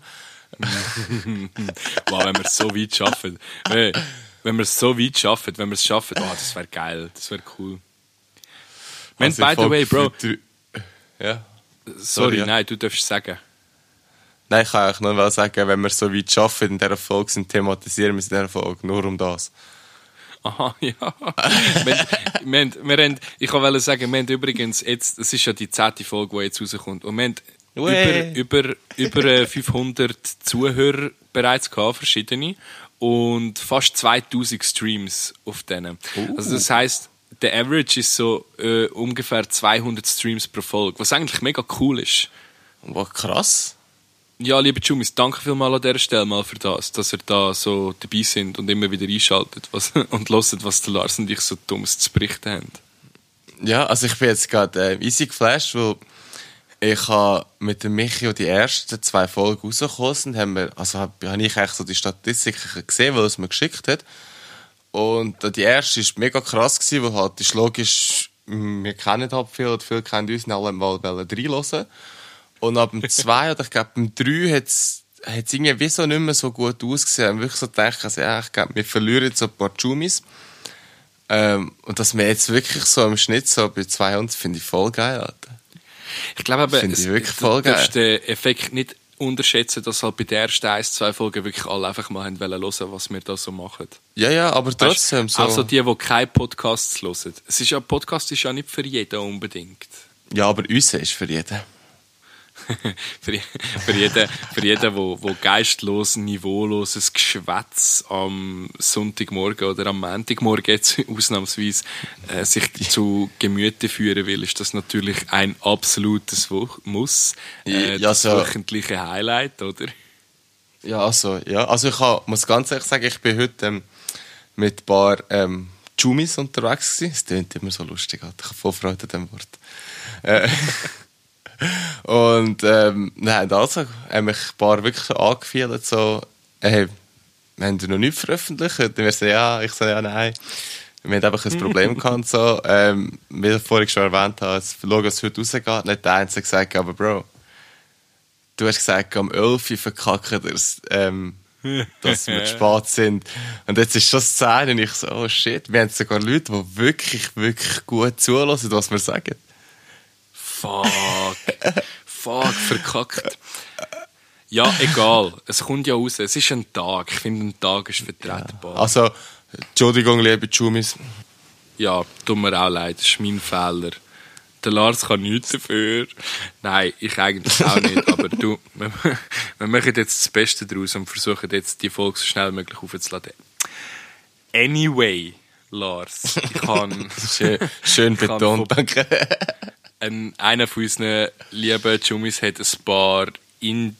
Wow, wenn wir es so weit schaffen. Wenn wir es so weit schaffen, das wäre geil, das wäre cool. Man, Also by the way, Bro. Ja. Sorry, ja. nein, du darfst sagen. Nein, ich kann eigentlich nur sagen, wenn wir es so weit schaffen in dieser Folge, sind thematisieren wir es in dieser Folge nur um das. Aha, ja. Ich wollte sagen, wir haben übrigens jetzt, es ist ja die 10. Folge, die jetzt rauskommt, und wir haben über 500 Zuhörer bereits gehabt, verschiedene, und fast 2000 Streams auf denen. Also das heisst, der Average ist so ungefähr 200 Streams pro Folge, was eigentlich mega cool ist. Was krass. Ja, liebe Jumis, danke vielmals an dieser Stelle mal für das, dass ihr da so dabei sind und immer wieder einschaltet und hört, was der Lars und ich so Dummes zu berichten haben. Ja, also ich bin jetzt gerade easy geflasht, weil ich habe mit dem Michi die ersten 2 Folgen rausgekommen, habe ich eigentlich so die Statistiken gesehen, weil er es mir geschickt hat. Und die erste war mega krass, weil halt ist logisch, wir kennen halt viel, oder viele kennen uns, und alle mal reinhören. Und ab dem 2 oder ich glaube beim 3 hat es irgendwie wie so nicht mehr so gut ausgesehen. Ich wirklich so gedacht, also, ja, ich glaube, wir verlieren jetzt so ein paar Jumis. Und dass wir jetzt wirklich so im Schnitt so bei 200, finde ich voll geil, Alter. Ich glaube aber, finde ich wirklich voll geil. Du darfst den Effekt nicht unterschätzen, dass halt bei den ersten 1-2 Folgen wirklich alle einfach mal hören, was wir da so machen. Ja, aber trotzdem weißt, so. Also die keine Podcasts hören. Podcast ist ja nicht für jeden unbedingt. Ja, aber uns ist für jeden. für jeden, wo geistlos, niveauloses Geschwätz am Sonntagmorgen oder am Montagmorgen jetzt ausnahmsweise sich zu Gemüte führen will, ist das natürlich ein absolutes Muss. Das wöchentliche Highlight, oder? Ja, also ich muss ganz ehrlich sagen, ich bin heute mit ein paar Jumis unterwegs gewesen. Es klingt immer so lustig, ich habe voll Freude an diesem Wort. Und also haben mich ein paar wirklich so angefühlt, so, wir haben noch nichts veröffentlicht. Und wir so, ja, ich so, ja, nein. Wir hatten einfach ein Problem gehabt, so, wie ich vorhin schon erwähnt habe, das Logo, das heute rausgeht, nicht der Einzige gesagt, aber Bro, du hast gesagt, am 11 Uhr verkacken dass wir spät sind. Und jetzt ist schon das 10 und ich so, oh shit, wir haben sogar Leute, die wirklich, wirklich gut zuhören, was wir sagen. Fuck, verkackt. Ja, egal. Es kommt ja raus. Es ist ein Tag. Ich finde, ein Tag ist vertretbar. Ja. Also, Entschuldigung, liebe Jumis. Ja, tut mir auch leid. Das ist mein Fehler. Der Lars kann nichts dafür. Nein, ich eigentlich auch nicht. Aber du, wir machen jetzt das Beste daraus und versuchen jetzt, die Folge so schnell wie möglich aufzuladen. Anyway, Lars, ich kann... Schön betont, danke. Einer von unseren lieben Jumis hat ein paar ein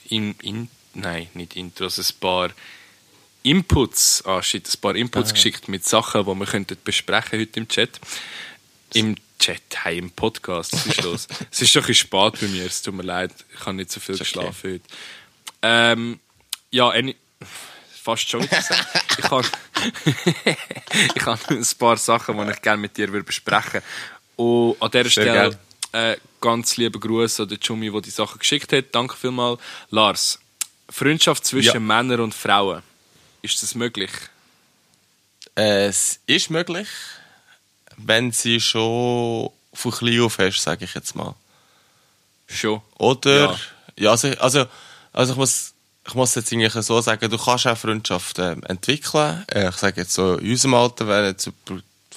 paar Inputs, geschickt mit Sachen, die wir könnten besprechen heute im Chat. Im Podcast, was ist los? Es ist schon ein bisschen spät bei mir, es tut mir leid, ich habe nicht so viel geschlafen heute. Fast schon wieder gesagt. Ich habe ein paar Sachen, die ich gerne mit dir besprechen würde. Und an dieser Stelle ganz lieben Gruß an den Jumi, der die Sachen geschickt hat. Danke vielmals. Lars, Freundschaft zwischen Männern und Frauen. Ist das möglich? Es ist möglich, wenn sie schon von klein auf hast, sage ich jetzt mal. Schon? Oder? Ja, also ich muss jetzt eigentlich so sagen, du kannst auch Freundschaften entwickeln. Ich sage jetzt so, in unserem Alter, wenn jetzt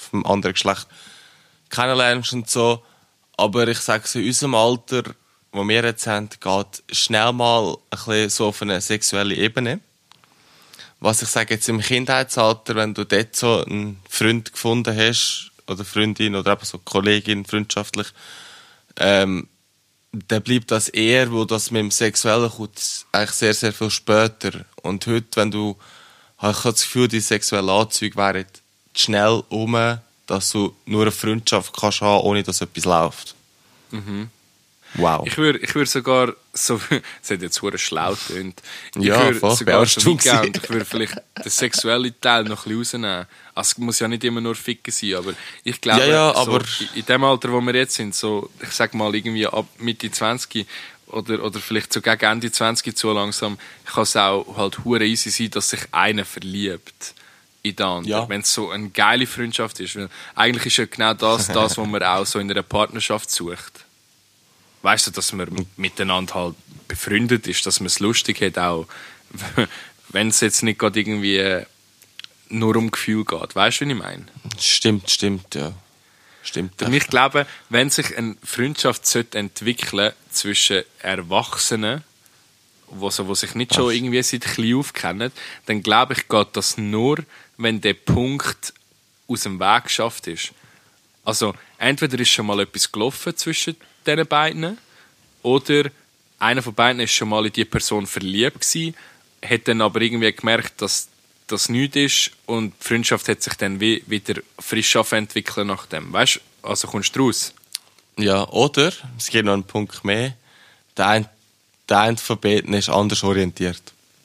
vom anderen Geschlecht kennenlernst und so. Aber ich sage so, in unserem Alter, wo wir jetzt haben, geht schnell mal ein bisschen so auf eine sexuelle Ebene. Was ich sage, jetzt im Kindheitsalter, wenn du dort so einen Freund gefunden hast, oder Freundin, oder eben so Kollegin, freundschaftlich, dann bleibt das eher, wo das mit dem Sexuellen kommt, eigentlich sehr, sehr viel später. Und heute, wenn du, habe ich das Gefühl, die sexuellen Anzüge wären schnell dass du nur eine Freundschaft kannst haben, ohne dass etwas läuft. Mhm. Wow. Ich würde sogar, so, das hat jetzt verdammt schlau getönt, ich Ja, würde voll, sogar wärst so du weit gehen und ich würde vielleicht den sexuellen Teil noch ein bisschen rausnehmen. Also es muss ja nicht immer nur Ficken sein, aber ich glaube, Ja, so aber in dem Alter, wo wir jetzt sind, so, ich sag mal irgendwie ab Mitte 20 oder vielleicht so gegen Ende 20 zu langsam, kann es auch halt verdammt easy sein, dass sich einer verliebt in den anderen. Ja. Wenn es so eine geile Freundschaft ist. Weil eigentlich ist ja genau das, was man auch so in einer Partnerschaft sucht. Weißt du, dass man miteinander halt befreundet ist, dass man es lustig hat, auch wenn es jetzt nicht gerade irgendwie nur um Gefühl geht. Weißt du, wie ich meine? Stimmt, ja. Stimmt. Und ich glaube, wenn sich eine Freundschaft entwickeln zwischen Erwachsenen, die sich nicht schon irgendwie seit klein auf kennen, dann glaube ich, geht das nur, wenn der Punkt aus dem Weg geschafft ist. Also, entweder ist schon mal etwas gelaufen zwischen diesen beiden, oder einer von beiden ist schon mal in die Person verliebt gewesen, hat dann aber irgendwie gemerkt, dass das nichts ist und die Freundschaft hat sich dann wieder frisch entwickeln nach dem. Weißt du, also kommst du raus? Ja, oder, es gibt noch einen Punkt mehr, der eine von beiden ist anders orientiert.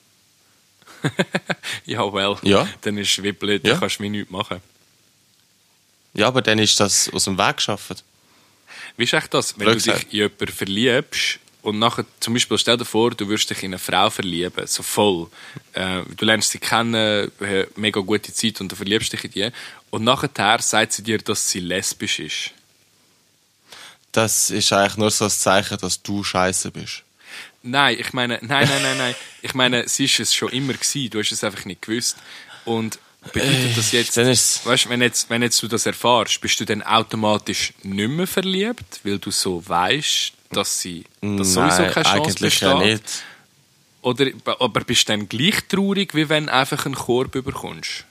Ja, well. Ja. Dann ist es wie blöd, Ja. dann kannst du wie nichts machen. Ja, aber dann ist das aus dem Weg geschafft. Wie ist echt das, wenn Blöd du dich gesagt. in jemanden verliebst und nachher, zum Beispiel, stell dir vor, du würdest dich in eine Frau verlieben, so voll. Du lernst sie kennen, mega gute Zeit und du verliebst dich in die. Und nachher sagt sie dir, dass sie lesbisch ist. Das ist eigentlich nur so ein Zeichen, dass du scheiße bist. Nein, ich meine, nein. Ich meine, sie ist es schon immer gewesen, du hast es einfach nicht gewusst. Und bedeutet das jetzt, Dann ist weißt, wenn jetzt du das erfährst, bist du dann automatisch nicht mehr verliebt, weil du so weißt, dass sowieso Nein, keine Chance eigentlich besteht? ja nicht. Oder, aber bist du dann gleich traurig, wie wenn du einfach einen Korb bekommst?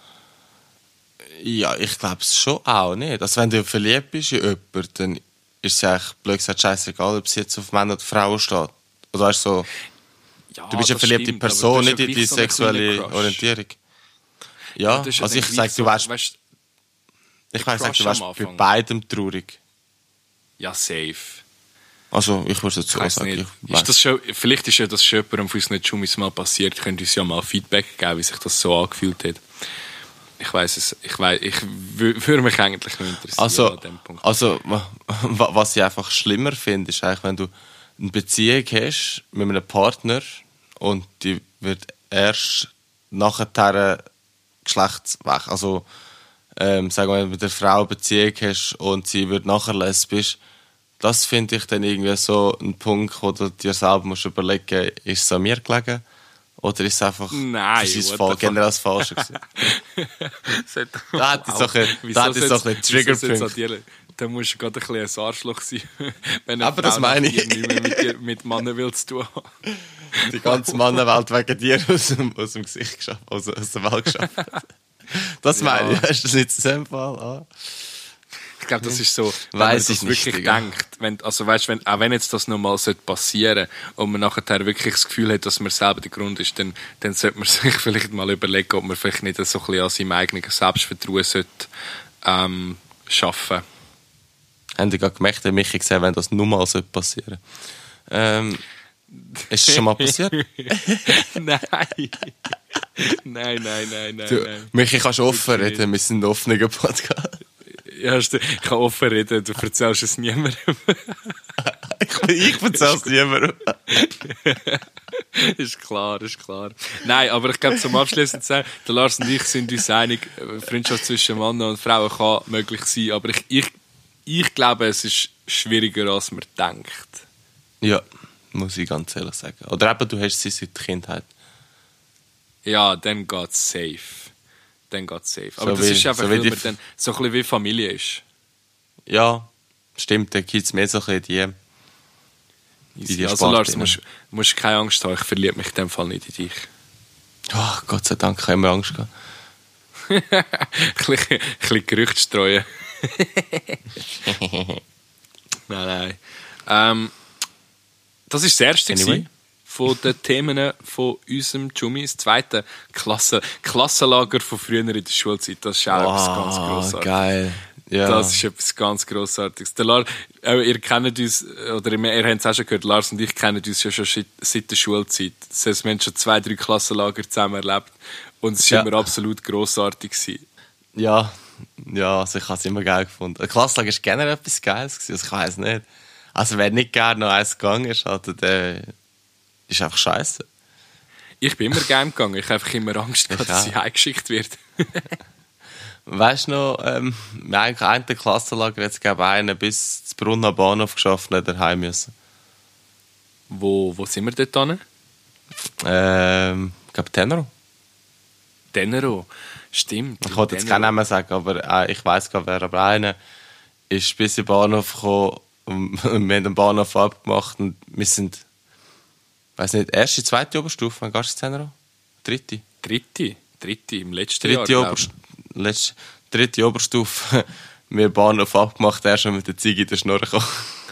Ja, ich glaube es schon auch nicht. Also wenn du verliebt bist in jemanden, dann ist es eigentlich blöd gesagt scheißegal, ob sie jetzt auf Männer oder Frauen steht. Oder weißt du, so, Ja, du bist eine das verliebte stimmt, aber Person, du hast nicht in ja die gleich so einen sexuelle kleinen Crush. Orientierung. Ja, Das ist ja also dann ich gleich sage, so, du wärst, weißt, ich der sag, Crush du wärst am bei Anfang. beidem traurig. ja, safe. Also ich würde es Ich so weiss sagen. nicht. Ich weiss. Ist das schon, vielleicht ist ja das schon jemandem von unseren Schummis mal passiert. Könnt ihr uns ja mal Feedback geben, wie sich das so angefühlt hat. Ich weiss es. Ich würde mich eigentlich noch interessieren an dem Punkt. Also, was ich einfach schlimmer finde, ist eigentlich, wenn du eine Beziehung hast mit einem Partner und die wird erst nachher geschlechtswechseln. Also, sagen wir, wenn du mit einer Frau eine Beziehung hast und sie wird nachher lesbisch, das finde ich dann irgendwie so ein Punkt, wo du dir selber musst überlegen, ist es an mir gelegen oder ist es einfach Nein, für sein what the generell das Falsche gewesen? Da hat es so ein Triggerpunkt. Da musst du gerade ein bisschen ein Arschloch sein. Wenn Aber das meine ich. Nicht mehr mit Männern will zu tun haben. Die ganze Mannenwelt wegen dir aus dem Gesicht geschafft, aus der Welt geschafft. Das meine ich, hast du das nicht in dem Fall? Ah. Ich glaube, das ist so, wenn Weiss man ich das nicht, wirklich Digga. denkt. Also weißt, auch wenn jetzt das nochmal passieren sollte und man nachher wirklich das Gefühl hat, dass man selber der Grund ist, dann sollte man sich vielleicht mal überlegen, ob man vielleicht nicht so ein bisschen an seinem eigenen Selbstvertrauen sollte, schaffen. Haben die gerade gemerkt, mich gesehen, wenn das nur mal passieren sollte? Ist es schon mal passiert? Nein. Nein. Du, Michi, kannst du offen reden, wir sind ein offener Podcast. Ja, ich kann offen reden, du erzählst es niemandem. Ich erzähle es niemandem. Ist klar. Nein, aber ich glaube, zum Abschließen zu sagen, der Lars und ich sind uns einig, Freundschaft zwischen Mann und Frau kann möglich sein, aber ich glaube, es ist schwieriger, als man denkt. Ja, muss ich ganz ehrlich sagen. Oder eben, du hast sie seit der Kindheit. Ja, dann geht's safe. dann geht's safe. Aber So das wie- ist einfach, so wie weil die man dann so ein bisschen wie Familie ist. Ja, stimmt, da gibt es mehr so ein bisschen die Also Lars, Sparte, musst keine Angst haben, ich verliebe mich in dem Fall nicht in dich. Oh, Gott sei Dank, ich habe immer Angst gehabt. ein bisschen Gerüchte streuen. Nein. Das war das erste Anyway. gewesen von den Themen von unserem Jumi. Das zweite, Klassenlager von früher in der Schulzeit. Das ist auch etwas ganz Grossartiges. Geil. Ja. Das ist etwas ganz Grossartiges. Der Lars, ihr kennt uns, oder ihr habt es auch schon gehört, Lars und ich kennen uns ja schon seit der Schulzeit. Das heißt, wir haben schon 2-3 Klassenlager zusammen erlebt. Und es war immer absolut grossartig gewesen. Ja, also ich habe es immer geil gefunden. Ein Klassenlager war generell etwas Geiles gewesen, also ich weiss nicht. Also wer nicht gerne noch eins gegangen ist, Alter, der ist einfach scheiße. Ich bin immer gerne gegangen. Ich habe einfach immer Angst gehabt, dass ich heimgeschickt werde. Weißt du noch, wir haben eigentlich einen Klassenlager, jetzt gab einen bis zum Brunner Bahnhof geschafft, nicht daheim müssen. Wo sind wir dort hin? Ich glaube Tenero. Tenero. Stimmt. Ich wollte jetzt keinen Namen sagen, aber ich weiss gar wer. Aber einer ist bis in den Bahnhof gekommen und wir haben den Bahnhof abgemacht und wir sind, weiss nicht, erste, zweite Oberstufe, wann gehst du zu Tenero? Dritte? Dritte im letzten Jahr. Dritte Oberstufe. Wir haben den Bahnhof abgemacht, er schon mit der Ziege in der Schnur gekommen.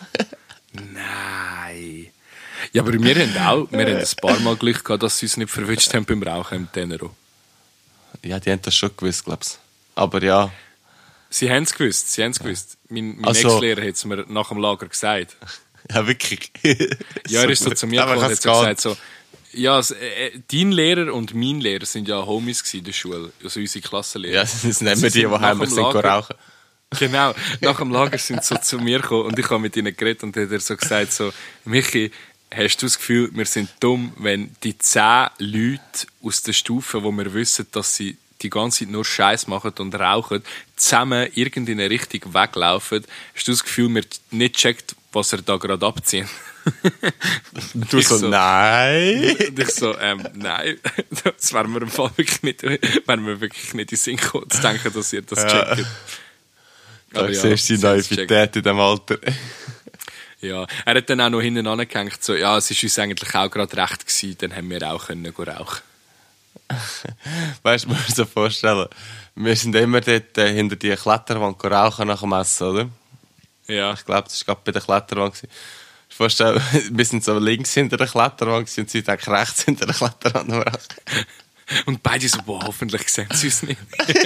Nein. Ja, aber wir haben ein paar Mal Glück gehabt, dass sie uns nicht verwünscht haben beim Rauchen im Tenero. Ja, die haben das schon gewusst, glaube ich. Aber ja. Sie haben es gewusst. Mein Also- Ex-Lehrer hat es mir nach dem Lager gesagt. Ja, wirklich. Ja, er ist so zu mir gekommen und hat so gesagt, so, ja, dein Lehrer und mein Lehrer sind ja Homies gewesen in der Schule, also unsere Klassenlehrer. Ja, das sind immer die sind heim nach dem sind Lager- rauchen. Genau, nach dem Lager sind sie so zu mir gekommen und ich habe mit ihnen geredet und hat er so gesagt, so, Michi, hast du das Gefühl, wir sind dumm, wenn die 10 Leute aus der Stufe, wo wir wissen, dass sie die ganze Zeit nur Scheiß machen und rauchen, zusammen irgendeine Richtung weglaufen, hast du das Gefühl, wir nicht checkt, was er da gerade abziehen? Du Ich so, nein. Und ich so, nein, das wäre mir im Fall wirklich nicht in den Sinn gekommen, zu denken, dass ihr das checkt. Da Aber siehst du die sie haben's gecheckt. Naivität in diesem Alter. Ja, er hat dann auch noch hinten angehängt, so, ja, es war uns eigentlich auch gerade recht gewesen, dann haben wir auch können rauchen. Weißt du, man muss sich so vorstellen, wir sind immer dort hinter die Kletterwand rauchen nach dem Essen, oder? Ja. Ich glaube, das war gerade bei der Kletterwand. Du musst dir vorstellen, wir sind so links hinter der Kletterwand und sie denken rechts hinter der Kletterwand am Rauchen. Und beide so, boah, hoffentlich sehen sie uns nicht.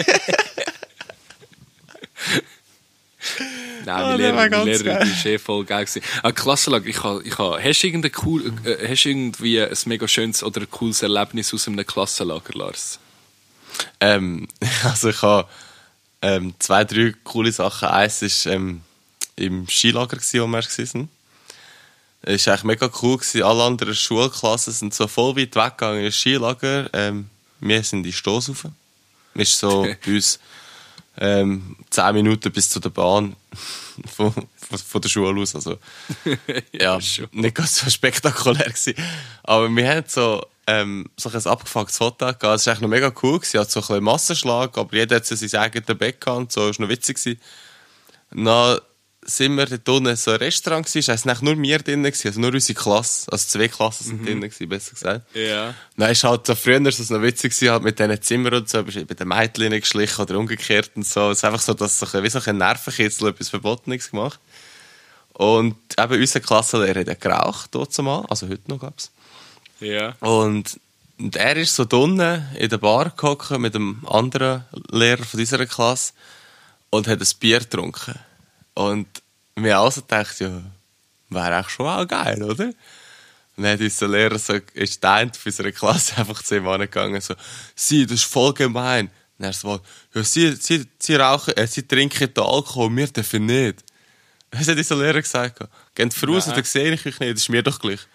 Nein, der war mein ganz Lehrer geil. war voll geil gewesen. Klassenlager, hast du irgendwie ein mega schönes oder ein cooles Erlebnis aus einem Klassenlager, Lars? Also ich habe 2, 3 coole Sachen. Eins war im Skilager, wo wir waren. Es war eigentlich mega cool. Alle anderen Schulklassen sind so voll weit weggegangen ins Skilager. Wir sind in die Stoss rauf. Es ist so bei uns 10 Minuten bis zu der Bahn von der Schule aus. Also, ja, schon. nicht ganz so spektakulär gewesen. Aber wir haben so ein abgefucktes Hotel gehabt. Es war eigentlich noch mega cool gewesen. Hat so ein bisschen Massenschlag, aber jeder hat so sein eigenes Bett gehabt und so. Das war noch witzig gewesen. Dann sind wir dort unten so ein Restaurant gewesen. Es waren nur wir drin gewesen, also nur unsere Klasse. Also 2 Klassen sind drin gewesen, besser gesagt. Ja. Dann ist halt so früher ist das noch witzig gewesen, halt mit diesen Zimmern und so, bist du bei den Mädchen geschlichen oder umgekehrt und so. Es ist einfach so, dass so wie so ein Nervenkitzel etwas Verbotenes gemacht. Und eben unser Klassenlehrer hat ja geraucht, dort zumal, also heute noch, glaube ich. Ja. Und er ist so drinnen in der Bar gehockt mit einem anderen Lehrer von unserer Klasse und hat ein Bier getrunken. Und wir haben also gedacht, ja, wäre auch schon auch geil, oder? Und dann hat unser Lehrer so, ist der eine von unserer Klasse einfach zu ihm angegangen, so, sie, das ist voll gemein. Und er so, ja, sie rauchen, sie trinken den Alkohol, wir dürfen nicht. Das hat unser Lehrer gesagt. Geht voraus, dann sehe ich euch nicht, das ist mir doch gleich.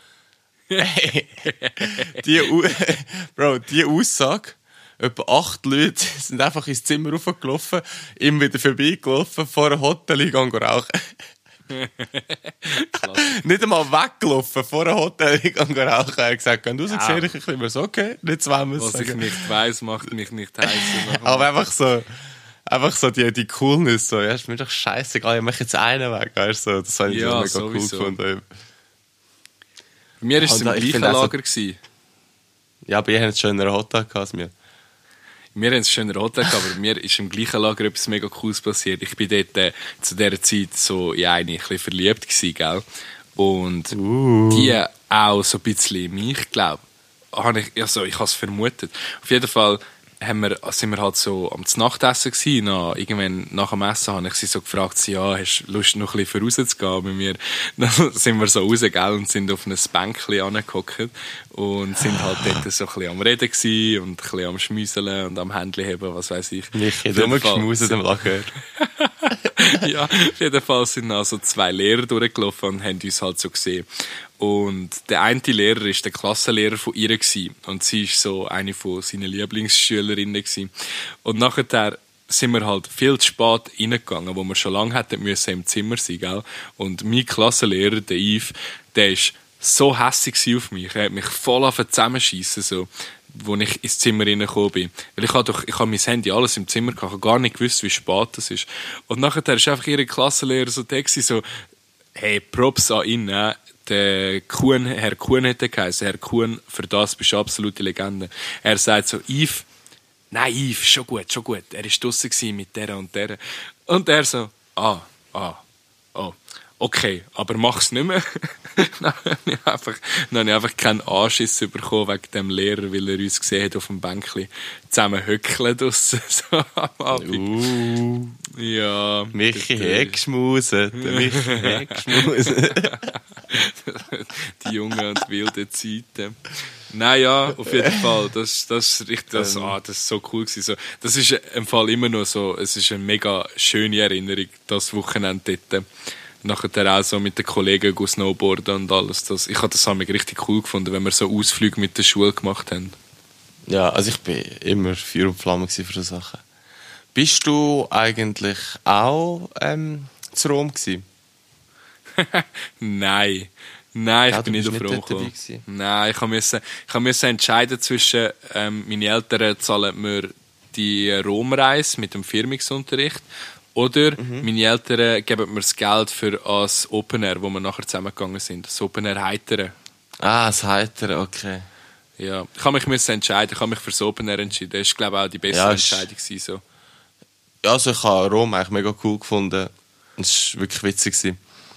die Aussage, etwa 8 Leute sind einfach ins Zimmer raufgelaufen, ihm wieder vorbeigelaufen, vor einem Hotel gegangen rauchen. Nicht einmal weggelaufen, vor einem Hotel gegangen rauchen. Er hat gesagt, geh raus, sehe ich ein bisschen. Ich so, okay, nicht zweimal Was sagen. ich nicht weiss, macht mich nicht heiß. Aber einfach so die Coolness, so, ja, ist mir doch scheißegal, ich mache jetzt einen weg, weißt du, so, das habe ich Ja, mega sowieso. cool gefunden. Bei mir war es Und im ich gleichen finde auch so- Lager. Gewesen. Ja, aber ihr habt es schon in einer Hotel gehabt als mir. Wir haben es schon in der Hotel gehabt, aber mir ist im gleichen Lager etwas mega Cooles passiert. Ich bin dort zu dieser Zeit so in eine ein bisschen verliebt gewesen, gell? Und die auch so ein bisschen in mich, glaube ich. Also, ich habe es vermutet. Auf jeden Fall sind wir halt so am Nachtessen gewesen. Irgendwann nach dem Essen habe ich sie so gefragt, ja, hast du Lust, noch ein bisschen rauszugehen bei mir? Dann sind wir so raus, gell, und sind auf ein Bänkchen angehockt und sind halt dort so ein bisschen am Reden gewesen und ein bisschen am Schmüseln und am Händchen heben, was weiß ich. Michi, Auf du jeden musst Fall geschmusen im Lager. Ja, auf jeden Fall sind also 2 Lehrer durchgelaufen und haben uns halt so gesehen. Und der eine Lehrer war der Klassenlehrer von ihr gewesen. Und sie war so eine von seinen Lieblingsschülerinnen gewesen. Und nachher sind wir halt viel zu spät reingegangen, wo wir schon lange hätten müssen im Zimmer sein, gell? Und mein Klassenlehrer, der Yves, der ist so hässig auf mich. Er hat mich voll zusammenschiessen, so, wo ich ins Zimmer reingekommen bin. Weil ich habe mein Handy alles im Zimmer gehabt, ich habe gar nicht gewusst, wie spät das ist. Und nachher ist einfach ihr Klassenlehrer so der gewesen, so, hey, Props an ihn, der Kuhn, Herr Kuhn hätte geheißen. Herr Kuhn, für das bist du absolute Legende. Er sagt so, Yves, nein, Yves, schon gut. Er war draussen mit der und der. Und er so, oh, okay, aber mach's nicht mehr. Dann habe ich einfach keinen Anschiss bekommen wegen dem Lehrer, weil er uns gesehen hat auf dem Bänkchen zusammen höckeln draussen. So am Abend. Ja. Michi hat geschmuset. Die jungen und wilden Zeiten. Naja, auf jeden Fall. Das ist so cool gewesen. So, das ist im Fall immer noch so, es ist eine mega schöne Erinnerung, das Wochenende dort. Nachher auch so mit den Kollegen snowboarden und alles. Ich habe das richtig cool gefunden, wenn wir so Ausflüge mit der Schule gemacht haben. Ja, also ich bin immer Feuer und Flamme für so Sachen. Bist du eigentlich auch zu Rom gewesen? Nein, Ja, ich bin nicht du auf bist Rom nicht dort dabei gekommen. gewesen. Nein, ich musste entscheiden zwischen, meine Eltern zahlen mir die Romreise mit dem Firmungsunterricht oder meine Eltern geben mir das Geld für das Open Air, wo wir nachher zusammengegangen sind. Das Open Air Heiteren. Ah, das Heitere, okay. Ja, ich habe mich entscheiden. Ich habe mich für das Open Air entschieden. Das war, glaube ich, auch die bessere Ja, Entscheidung gewesen, so. Ja, also ich habe Rom eigentlich mega cool gefunden. Es war wirklich witzig gewesen.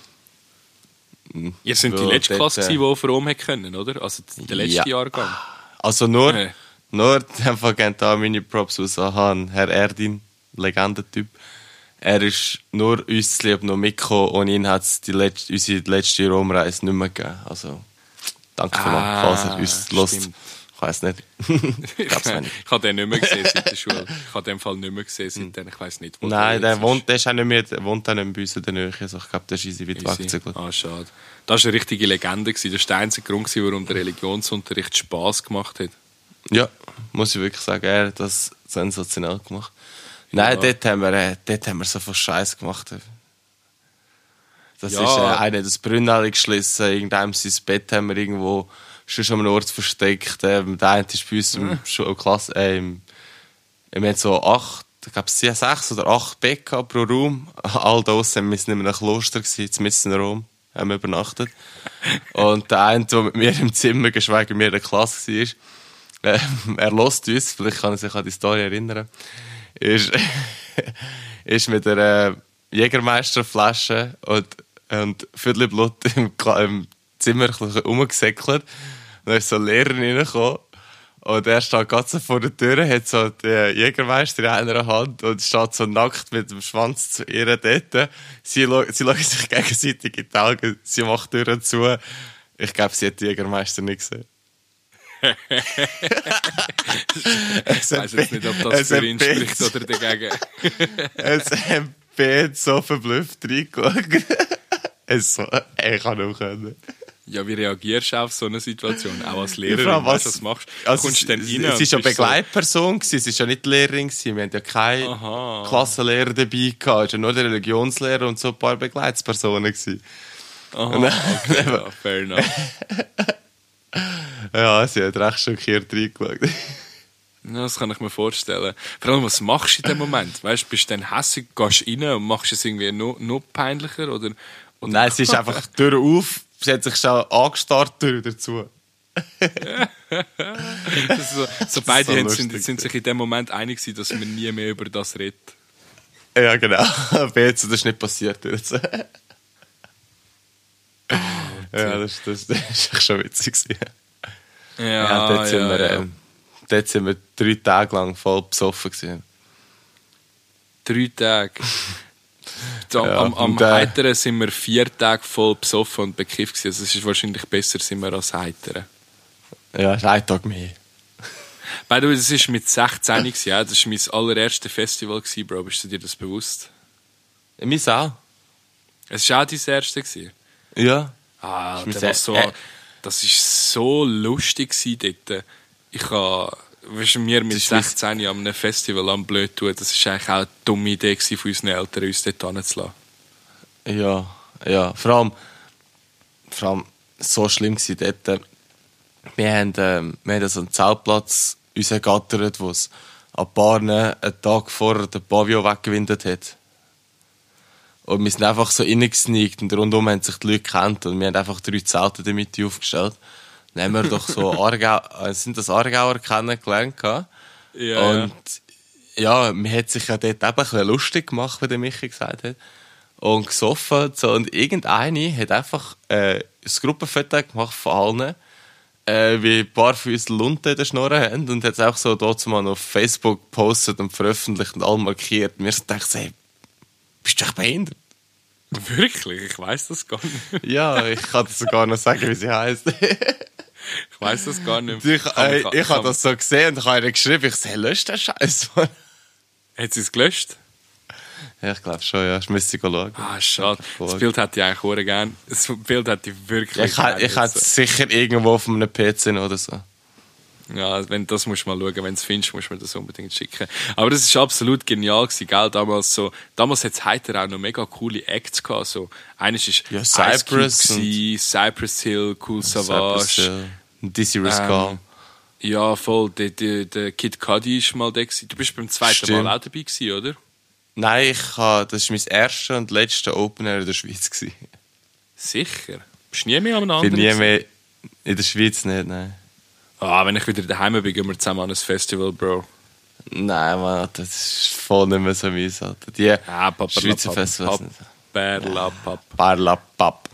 Ihr seid die Weil letzte dort, Klasse, die auf Rom hätte können, oder? Also der letzte Ja. Jahrgang. Also nur Nee. in dem Fall gehen da meine Props aus an Herr Erdin, Legendentyp. Er ist nur uns zu lieb noch mitgekommen. Ohne ihn hat es unsere letzte Romreise nicht mehr gegeben. Also, danke vielmals, falls er uns hört. stimmt. Ich weiss nicht. Ich glaub's nicht. Ich habe den nicht mehr gesehen seit der Schule. Ich habe den Fall nicht mehr gesehen seitdem. Ich weiss nicht, wo Nein, der jetzt der ist auch nicht mehr, wohnt auch nicht mehr bei uns in der Nähe. Also ich glaube, der ist easy weit Easy. weggezügelt. Ah, schade. Das war eine richtige Legende. Das war der einzige Grund, warum der Religionsunterricht Spass gemacht hat. Ja, muss ich wirklich sagen, er hat das sensationell gemacht. Nein, Ja. dort haben wir so viel Scheiß gemacht. Das Ja. ist einer das Brünneli geschlissen, irgendeinem sein Bett haben wir irgendwo schon an einem Ort versteckt. Der eine ist bei uns im Klasse, wir haben so 6 oder 8 Betten gehabt pro Raum. All draussen, wir waren in einem Kloster, mitten in Rom, haben wir übernachtet. Und der eine, der mit mir im Zimmer, geschweige mir in der Klasse war, er hört uns, vielleicht kann er sich an die Story erinnern, ist mit einer Jägermeisterflasche und Viertel Blut im Zimmer rumgesäckelt. Dann ist so eine Lehrerin reingekommen und er steht ganz so vor der Tür, hat so den Jägermeister in einer Hand und steht so nackt mit dem Schwanz zu ihr dort. Sie schauen sich gegenseitig in die Augen, sie macht die Tür zu. Ich glaube, sie hat den Jägermeister nicht gesehen. Ich weiss jetzt nicht, ob das für ihn spricht oder dagegen. Es hat so verblüfft reingeschaut. Ich kann nicht können. Ja, wie reagierst du auf so eine Situation? Auch als Lehrerin, Ja, was machst du? Also Kommst du dann rein es und ist ja bist Begleitperson, gewesen, es ist ja nicht die Lehrerin gewesen. Wir hatten ja keine Aha. Klassenlehrer dabei gehabt. Es war ja nur der Religionslehrer und so ein paar Begleitspersonen gewesen. So, aha, okay, ja, fair enough. Ja, sie hat recht schockiert reingeschaut. Ja, das kann ich mir vorstellen. Vor allem, was machst du in dem Moment? Weißt du, bist du dann hässig, gehst rein und machst es irgendwie noch peinlicher? Oder Nein, es ist einfach die Tür auf, sie hat sich schon angestarrt, Tür dazu. so beide so sind sich in dem Moment einig gewesen, dass man nie mehr über das redet. Ja, genau. Jetzt, das ist nicht passiert. Ja, das ist schon witzig gewesen. Ja, Dort sind wir 3 Tage lang voll besoffen gewesen. 3 Tage. Ja, Am Heiteren sind wir 4 Tage voll besoffen und bekifft gewesen. Also es ist wahrscheinlich besser, sind wir als Heiteren. Ja, ist ein Tag mehr. By the way, das war mit 16 gewesen, ja. Das war mein allererstes Festival gewesen, Bro. Bist du dir das bewusst? Mir auch. Es war auch dein erste gewesen. Ja. Ah, Ist das war so lustig gewesen dort. Ich habe, weißt du, mir mit 16 an einem Festival am blöd tun, das war eigentlich auch eine dumme Idee von unseren Eltern, uns dort hinzulassen. Ja. Vor allem so schlimm gewesen dort. Wir haben so einen Zeltplatz uns ergattert, wo es an Paaren einen Tag vorher den Pavillon weggewindet hat. Und wir sind einfach so reingesneakt und rundum haben sich die Leute gekannt und wir haben einfach 3 Zelte in der Mitte aufgestellt. Dann haben wir doch so Aargauer kennengelernt. Ja, und ja, man hat sich ja dort eben ein bisschen lustig gemacht, wie der Michi gesagt hat. Und gesoffen. So. Und irgendeine hat einfach ein Gruppenfoto gemacht von allen, wie ein paar von uns Lunte in der Schnurren haben und hat es auch so dort mal auf Facebook gepostet und veröffentlicht und alle markiert. Und wir dachten, hey, bist du echt behindert? Wirklich? Ich weiss das gar nicht. Ja, ich kann das sogar noch sagen, wie sie heisst. Ich weiss das gar nicht. Ich habe das so gesehen und ich habe ihr geschrieben, ich sage, lösch den Scheiß. Hat sie es gelöscht? Ja, ich glaube schon, ja. Ich müsste schauen. Ah, schade. Das Bild hätte ich eigentlich auch gerne. Das Bild hätte ich wirklich Ich hätte es sicher irgendwo auf einem PC oder so. Ja, das musst du mal schauen. Wenn du es findest, musst du mir das unbedingt schicken. Aber das war absolut genial gewesen, gell? Damals hat es heiter auch noch mega coole Acts gehabt. So, eines ist ja, Cypress Hill, Cool Savage. Dizzy Rascal. Ja, voll. Der Kid Cudi ist mal da gewesen. Du bist beim zweiten Mal auch dabei gewesen, oder? Nein, das war mein erster und letzter Open Air in der Schweiz gewesen. Sicher? Bist du nie mehr an einem Ich anderen? bin nie mehr in der Schweiz nicht, nein. Ah, wenn ich wieder daheim bin, gehen wir zusammen an ein Festival, Bro. Nein, Mann, das ist voll nicht mehr so meins, Alter. Die Schweizer Festivals nicht. Parlapap.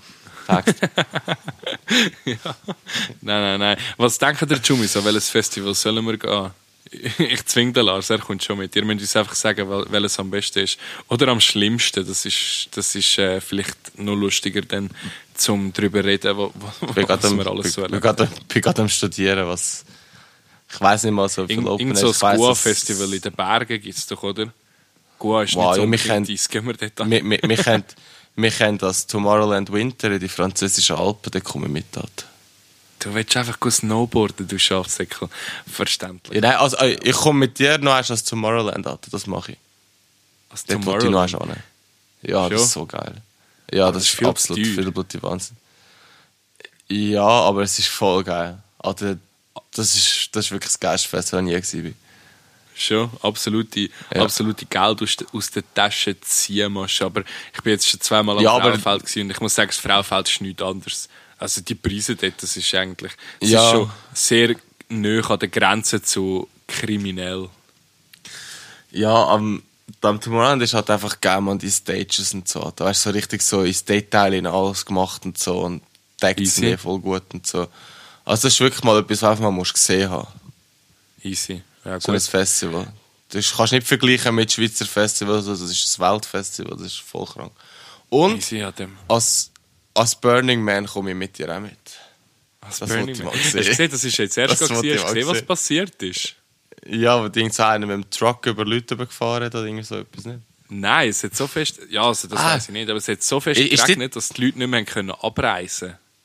Ja. Nein. Was denken der Jumi, so welches Festival sollen wir gehen? Ich zwinge den Lars, er kommt schon mit. Ihr müsst uns einfach sagen, welches am besten ist. Oder am schlimmsten. Das ist vielleicht noch lustiger, dann, zum darüber reden, was wir alles so erleben. Ich bin gerade am Studieren, was... Ich weiss nicht mal so viel Open Air. So ein Goa-Festival in den Bergen gibt es doch, oder? Goa ist nicht so kritisch, gehen wir dort an. Wir kennen das Tomorrowland Winter in die französischen Alpen, da kommen wir mit. Dort. Du willst einfach snowboarden, du Schafsäckel. Verständlich. Ja, nein, also, ich komme mit dir noch als Tomorrowland, Alter, das mache ich. Als Dort wollte ich noch an. Ja, schon? Das ist so geil. Ja, das ist viel absolut teuer. viel blutig Wahnsinn. Ja, aber es ist voll geil. Alter, das ist wirklich das geilste Fest, das ich je gewesen bin. Schon, absolute Geld aus der Tasche ziehen musst. Aber ich bin jetzt schon 2-mal am Frauenfeld gewesen und ich muss sagen, das Frauenfeld ist nichts anderes. Also die Preise dort, das ist eigentlich... Es ist schon sehr nahe an der Grenze zu kriminell. Ja, am Tomorrowland ist halt einfach geil, man, die Stages und so. Da ist so richtig so ins Detail in alles gemacht und so und deckt es nie voll gut und so. Also das ist wirklich mal etwas, was man gesehen haben. Easy. Ja, so ein Festival. Das kannst du nicht vergleichen mit Schweizer Festivals, also das ist ein Weltfestival, das ist voll krank. Und Easy, als Burning Man komme ich mit dir auch mit. Als Burning Man? Hast du gesehen, das ist jetzt erst gesehen, hast du gesehen, was passiert ist? Ja, aber so einer mit dem Truck über Leute gefahren hat oder irgendwie so etwas, nicht? Nein, es hat so fest... Ja, also das weiss ich nicht, aber es hat so fest geregnet, dass die Leute nicht mehr abreisen können.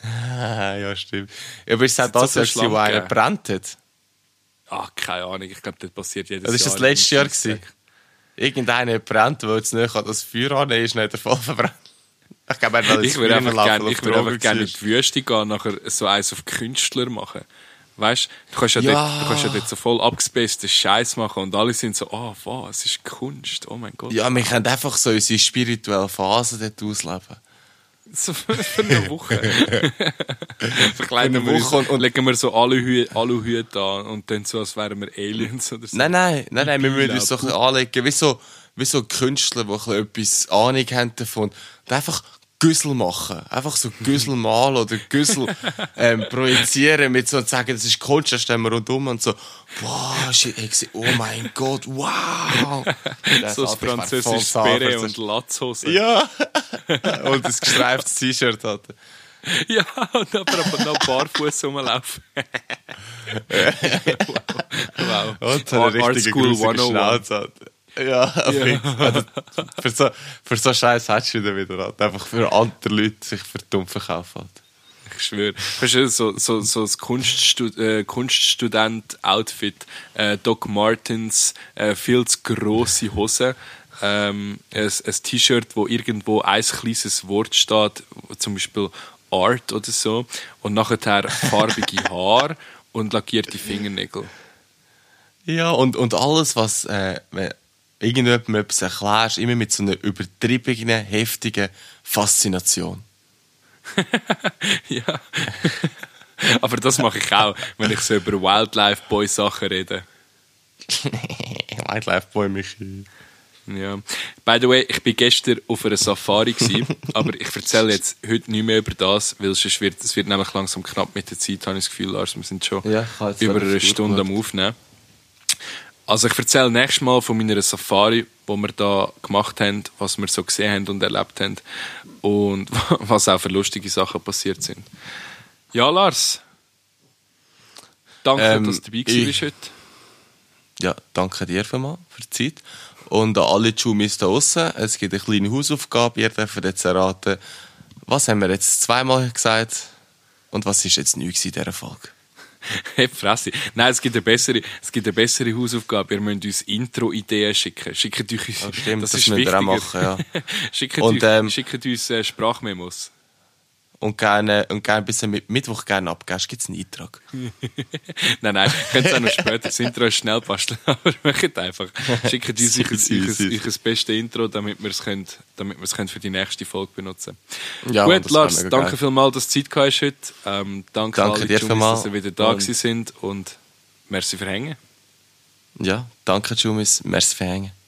Ja, stimmt. Ja, aber ist es auch Das das hat so Jahr, wo einer Schlangen gebrannt hat? Ah, keine Ahnung, ich glaube, das passiert jedes Das Jahr. ist das im letzte Jahr Scheissdreck. gewesen. Irgendeiner hat gebrannt, weil jetzt nicht an das Feuer an ist, nicht der voll verbrannt. Ich glaube, er will Ich würde einfach gerne in die Wüste gehen und nachher so eins auf Künstler machen. Weißt du, kannst ja, Ja. du kannst ja dort so voll abgespaceden Scheiß machen und alle sind so, wow, es ist Kunst, oh mein Gott. Ja, wir können einfach so unsere spirituelle Phase dort ausleben. So für eine Woche. Verkleiden Für wir eine Woche uns und legen wir so Aluhüte an und dann so, als wären wir Aliens oder so. Nein, wir müssen uns so ein bisschen anlegen, wie so Künstler, die ein bisschen etwas Ahnung haben davon, und einfach Güssel machen. Einfach so Güssel malen oder Güssel projizieren mit so und sagen, das ist Kunst, dann stehen wir rundum und so, wow, shit, oh mein Gott, wow. So das französische Beret und Latzhose. Ja, und das gestreiftes T-Shirt hat. Ja, und aber noch barfuß rumlaufen. Wow. Und so eine Art richtige School grusige 101. Schnauze hat. Ja, also, für so Scheiß hättest du wieder halt. Einfach für andere Leute sich für dumm verkaufen. Halt. Ich schwöre. Weißt du, so ein Kunststudent-Outfit, Doc Martens, viel zu grosse Hose, ein T-Shirt, wo irgendwo ein kleines Wort steht, zum Beispiel Art oder so, und nachher farbige Haare und lackierte Fingernägel. Ja, und alles, was wenn irgendjemandem etwas erklärst, immer mit so einer übertriebenen, heftigen Faszination. Ja. Aber das mache ich auch, wenn ich so über Wildlife Boy Sachen rede. Wildlife Boy Michi. Ja. By the way, ich bin gestern auf einer Safari gewesen, aber ich erzähle jetzt heute nicht mehr über das, weil es wird nämlich langsam knapp mit der Zeit, habe ich das Gefühl, Lars. Wir sind schon Ja, ich habe jetzt über relativ eine gut Stunde am geschaut. Aufnehmen. Also ich erzähle nächstes Mal von meiner Safari, wo wir da gemacht haben, was wir so gesehen haben und erlebt haben und was auch für lustige Sachen passiert sind. Ja, Lars. Danke, dass du dabei bist heute. Ja, danke dir vielmals für die Zeit. Und an alle Jumis da draussen, es gibt eine kleine Hausaufgabe. Ihr dürft jetzt erraten, was haben wir jetzt zweimal gesagt und was ist jetzt neu in dieser Folge? Hey, Fresse. Nein, es gibt eine bessere Hausaufgabe. Ihr müsst uns Intro-Ideen schicken. Schickt euch uns, stimmt, das ist müsst ihr auch wichtiger. machen, ja. schickt Und, schickt uns Sprachmemos. Und gerne bis Mittwoch gerne abgehst, gibt es einen Eintrag. Nein, könnt ihr auch noch später. Das Intro ist schnell basteln, aber macht einfach. Schickt uns euer bestes Intro, damit wir es für die nächste Folge benutzen. Ja, Gut, das Lars, wäre mega danke geil. vielmals, dass du Zeit gehabt hast heute. Danke an alle dir Jungs, vielmals. dass ihr wieder da Und- gewesen sind und merci für Hängen. Ja, danke Jumis, merci für Hängen.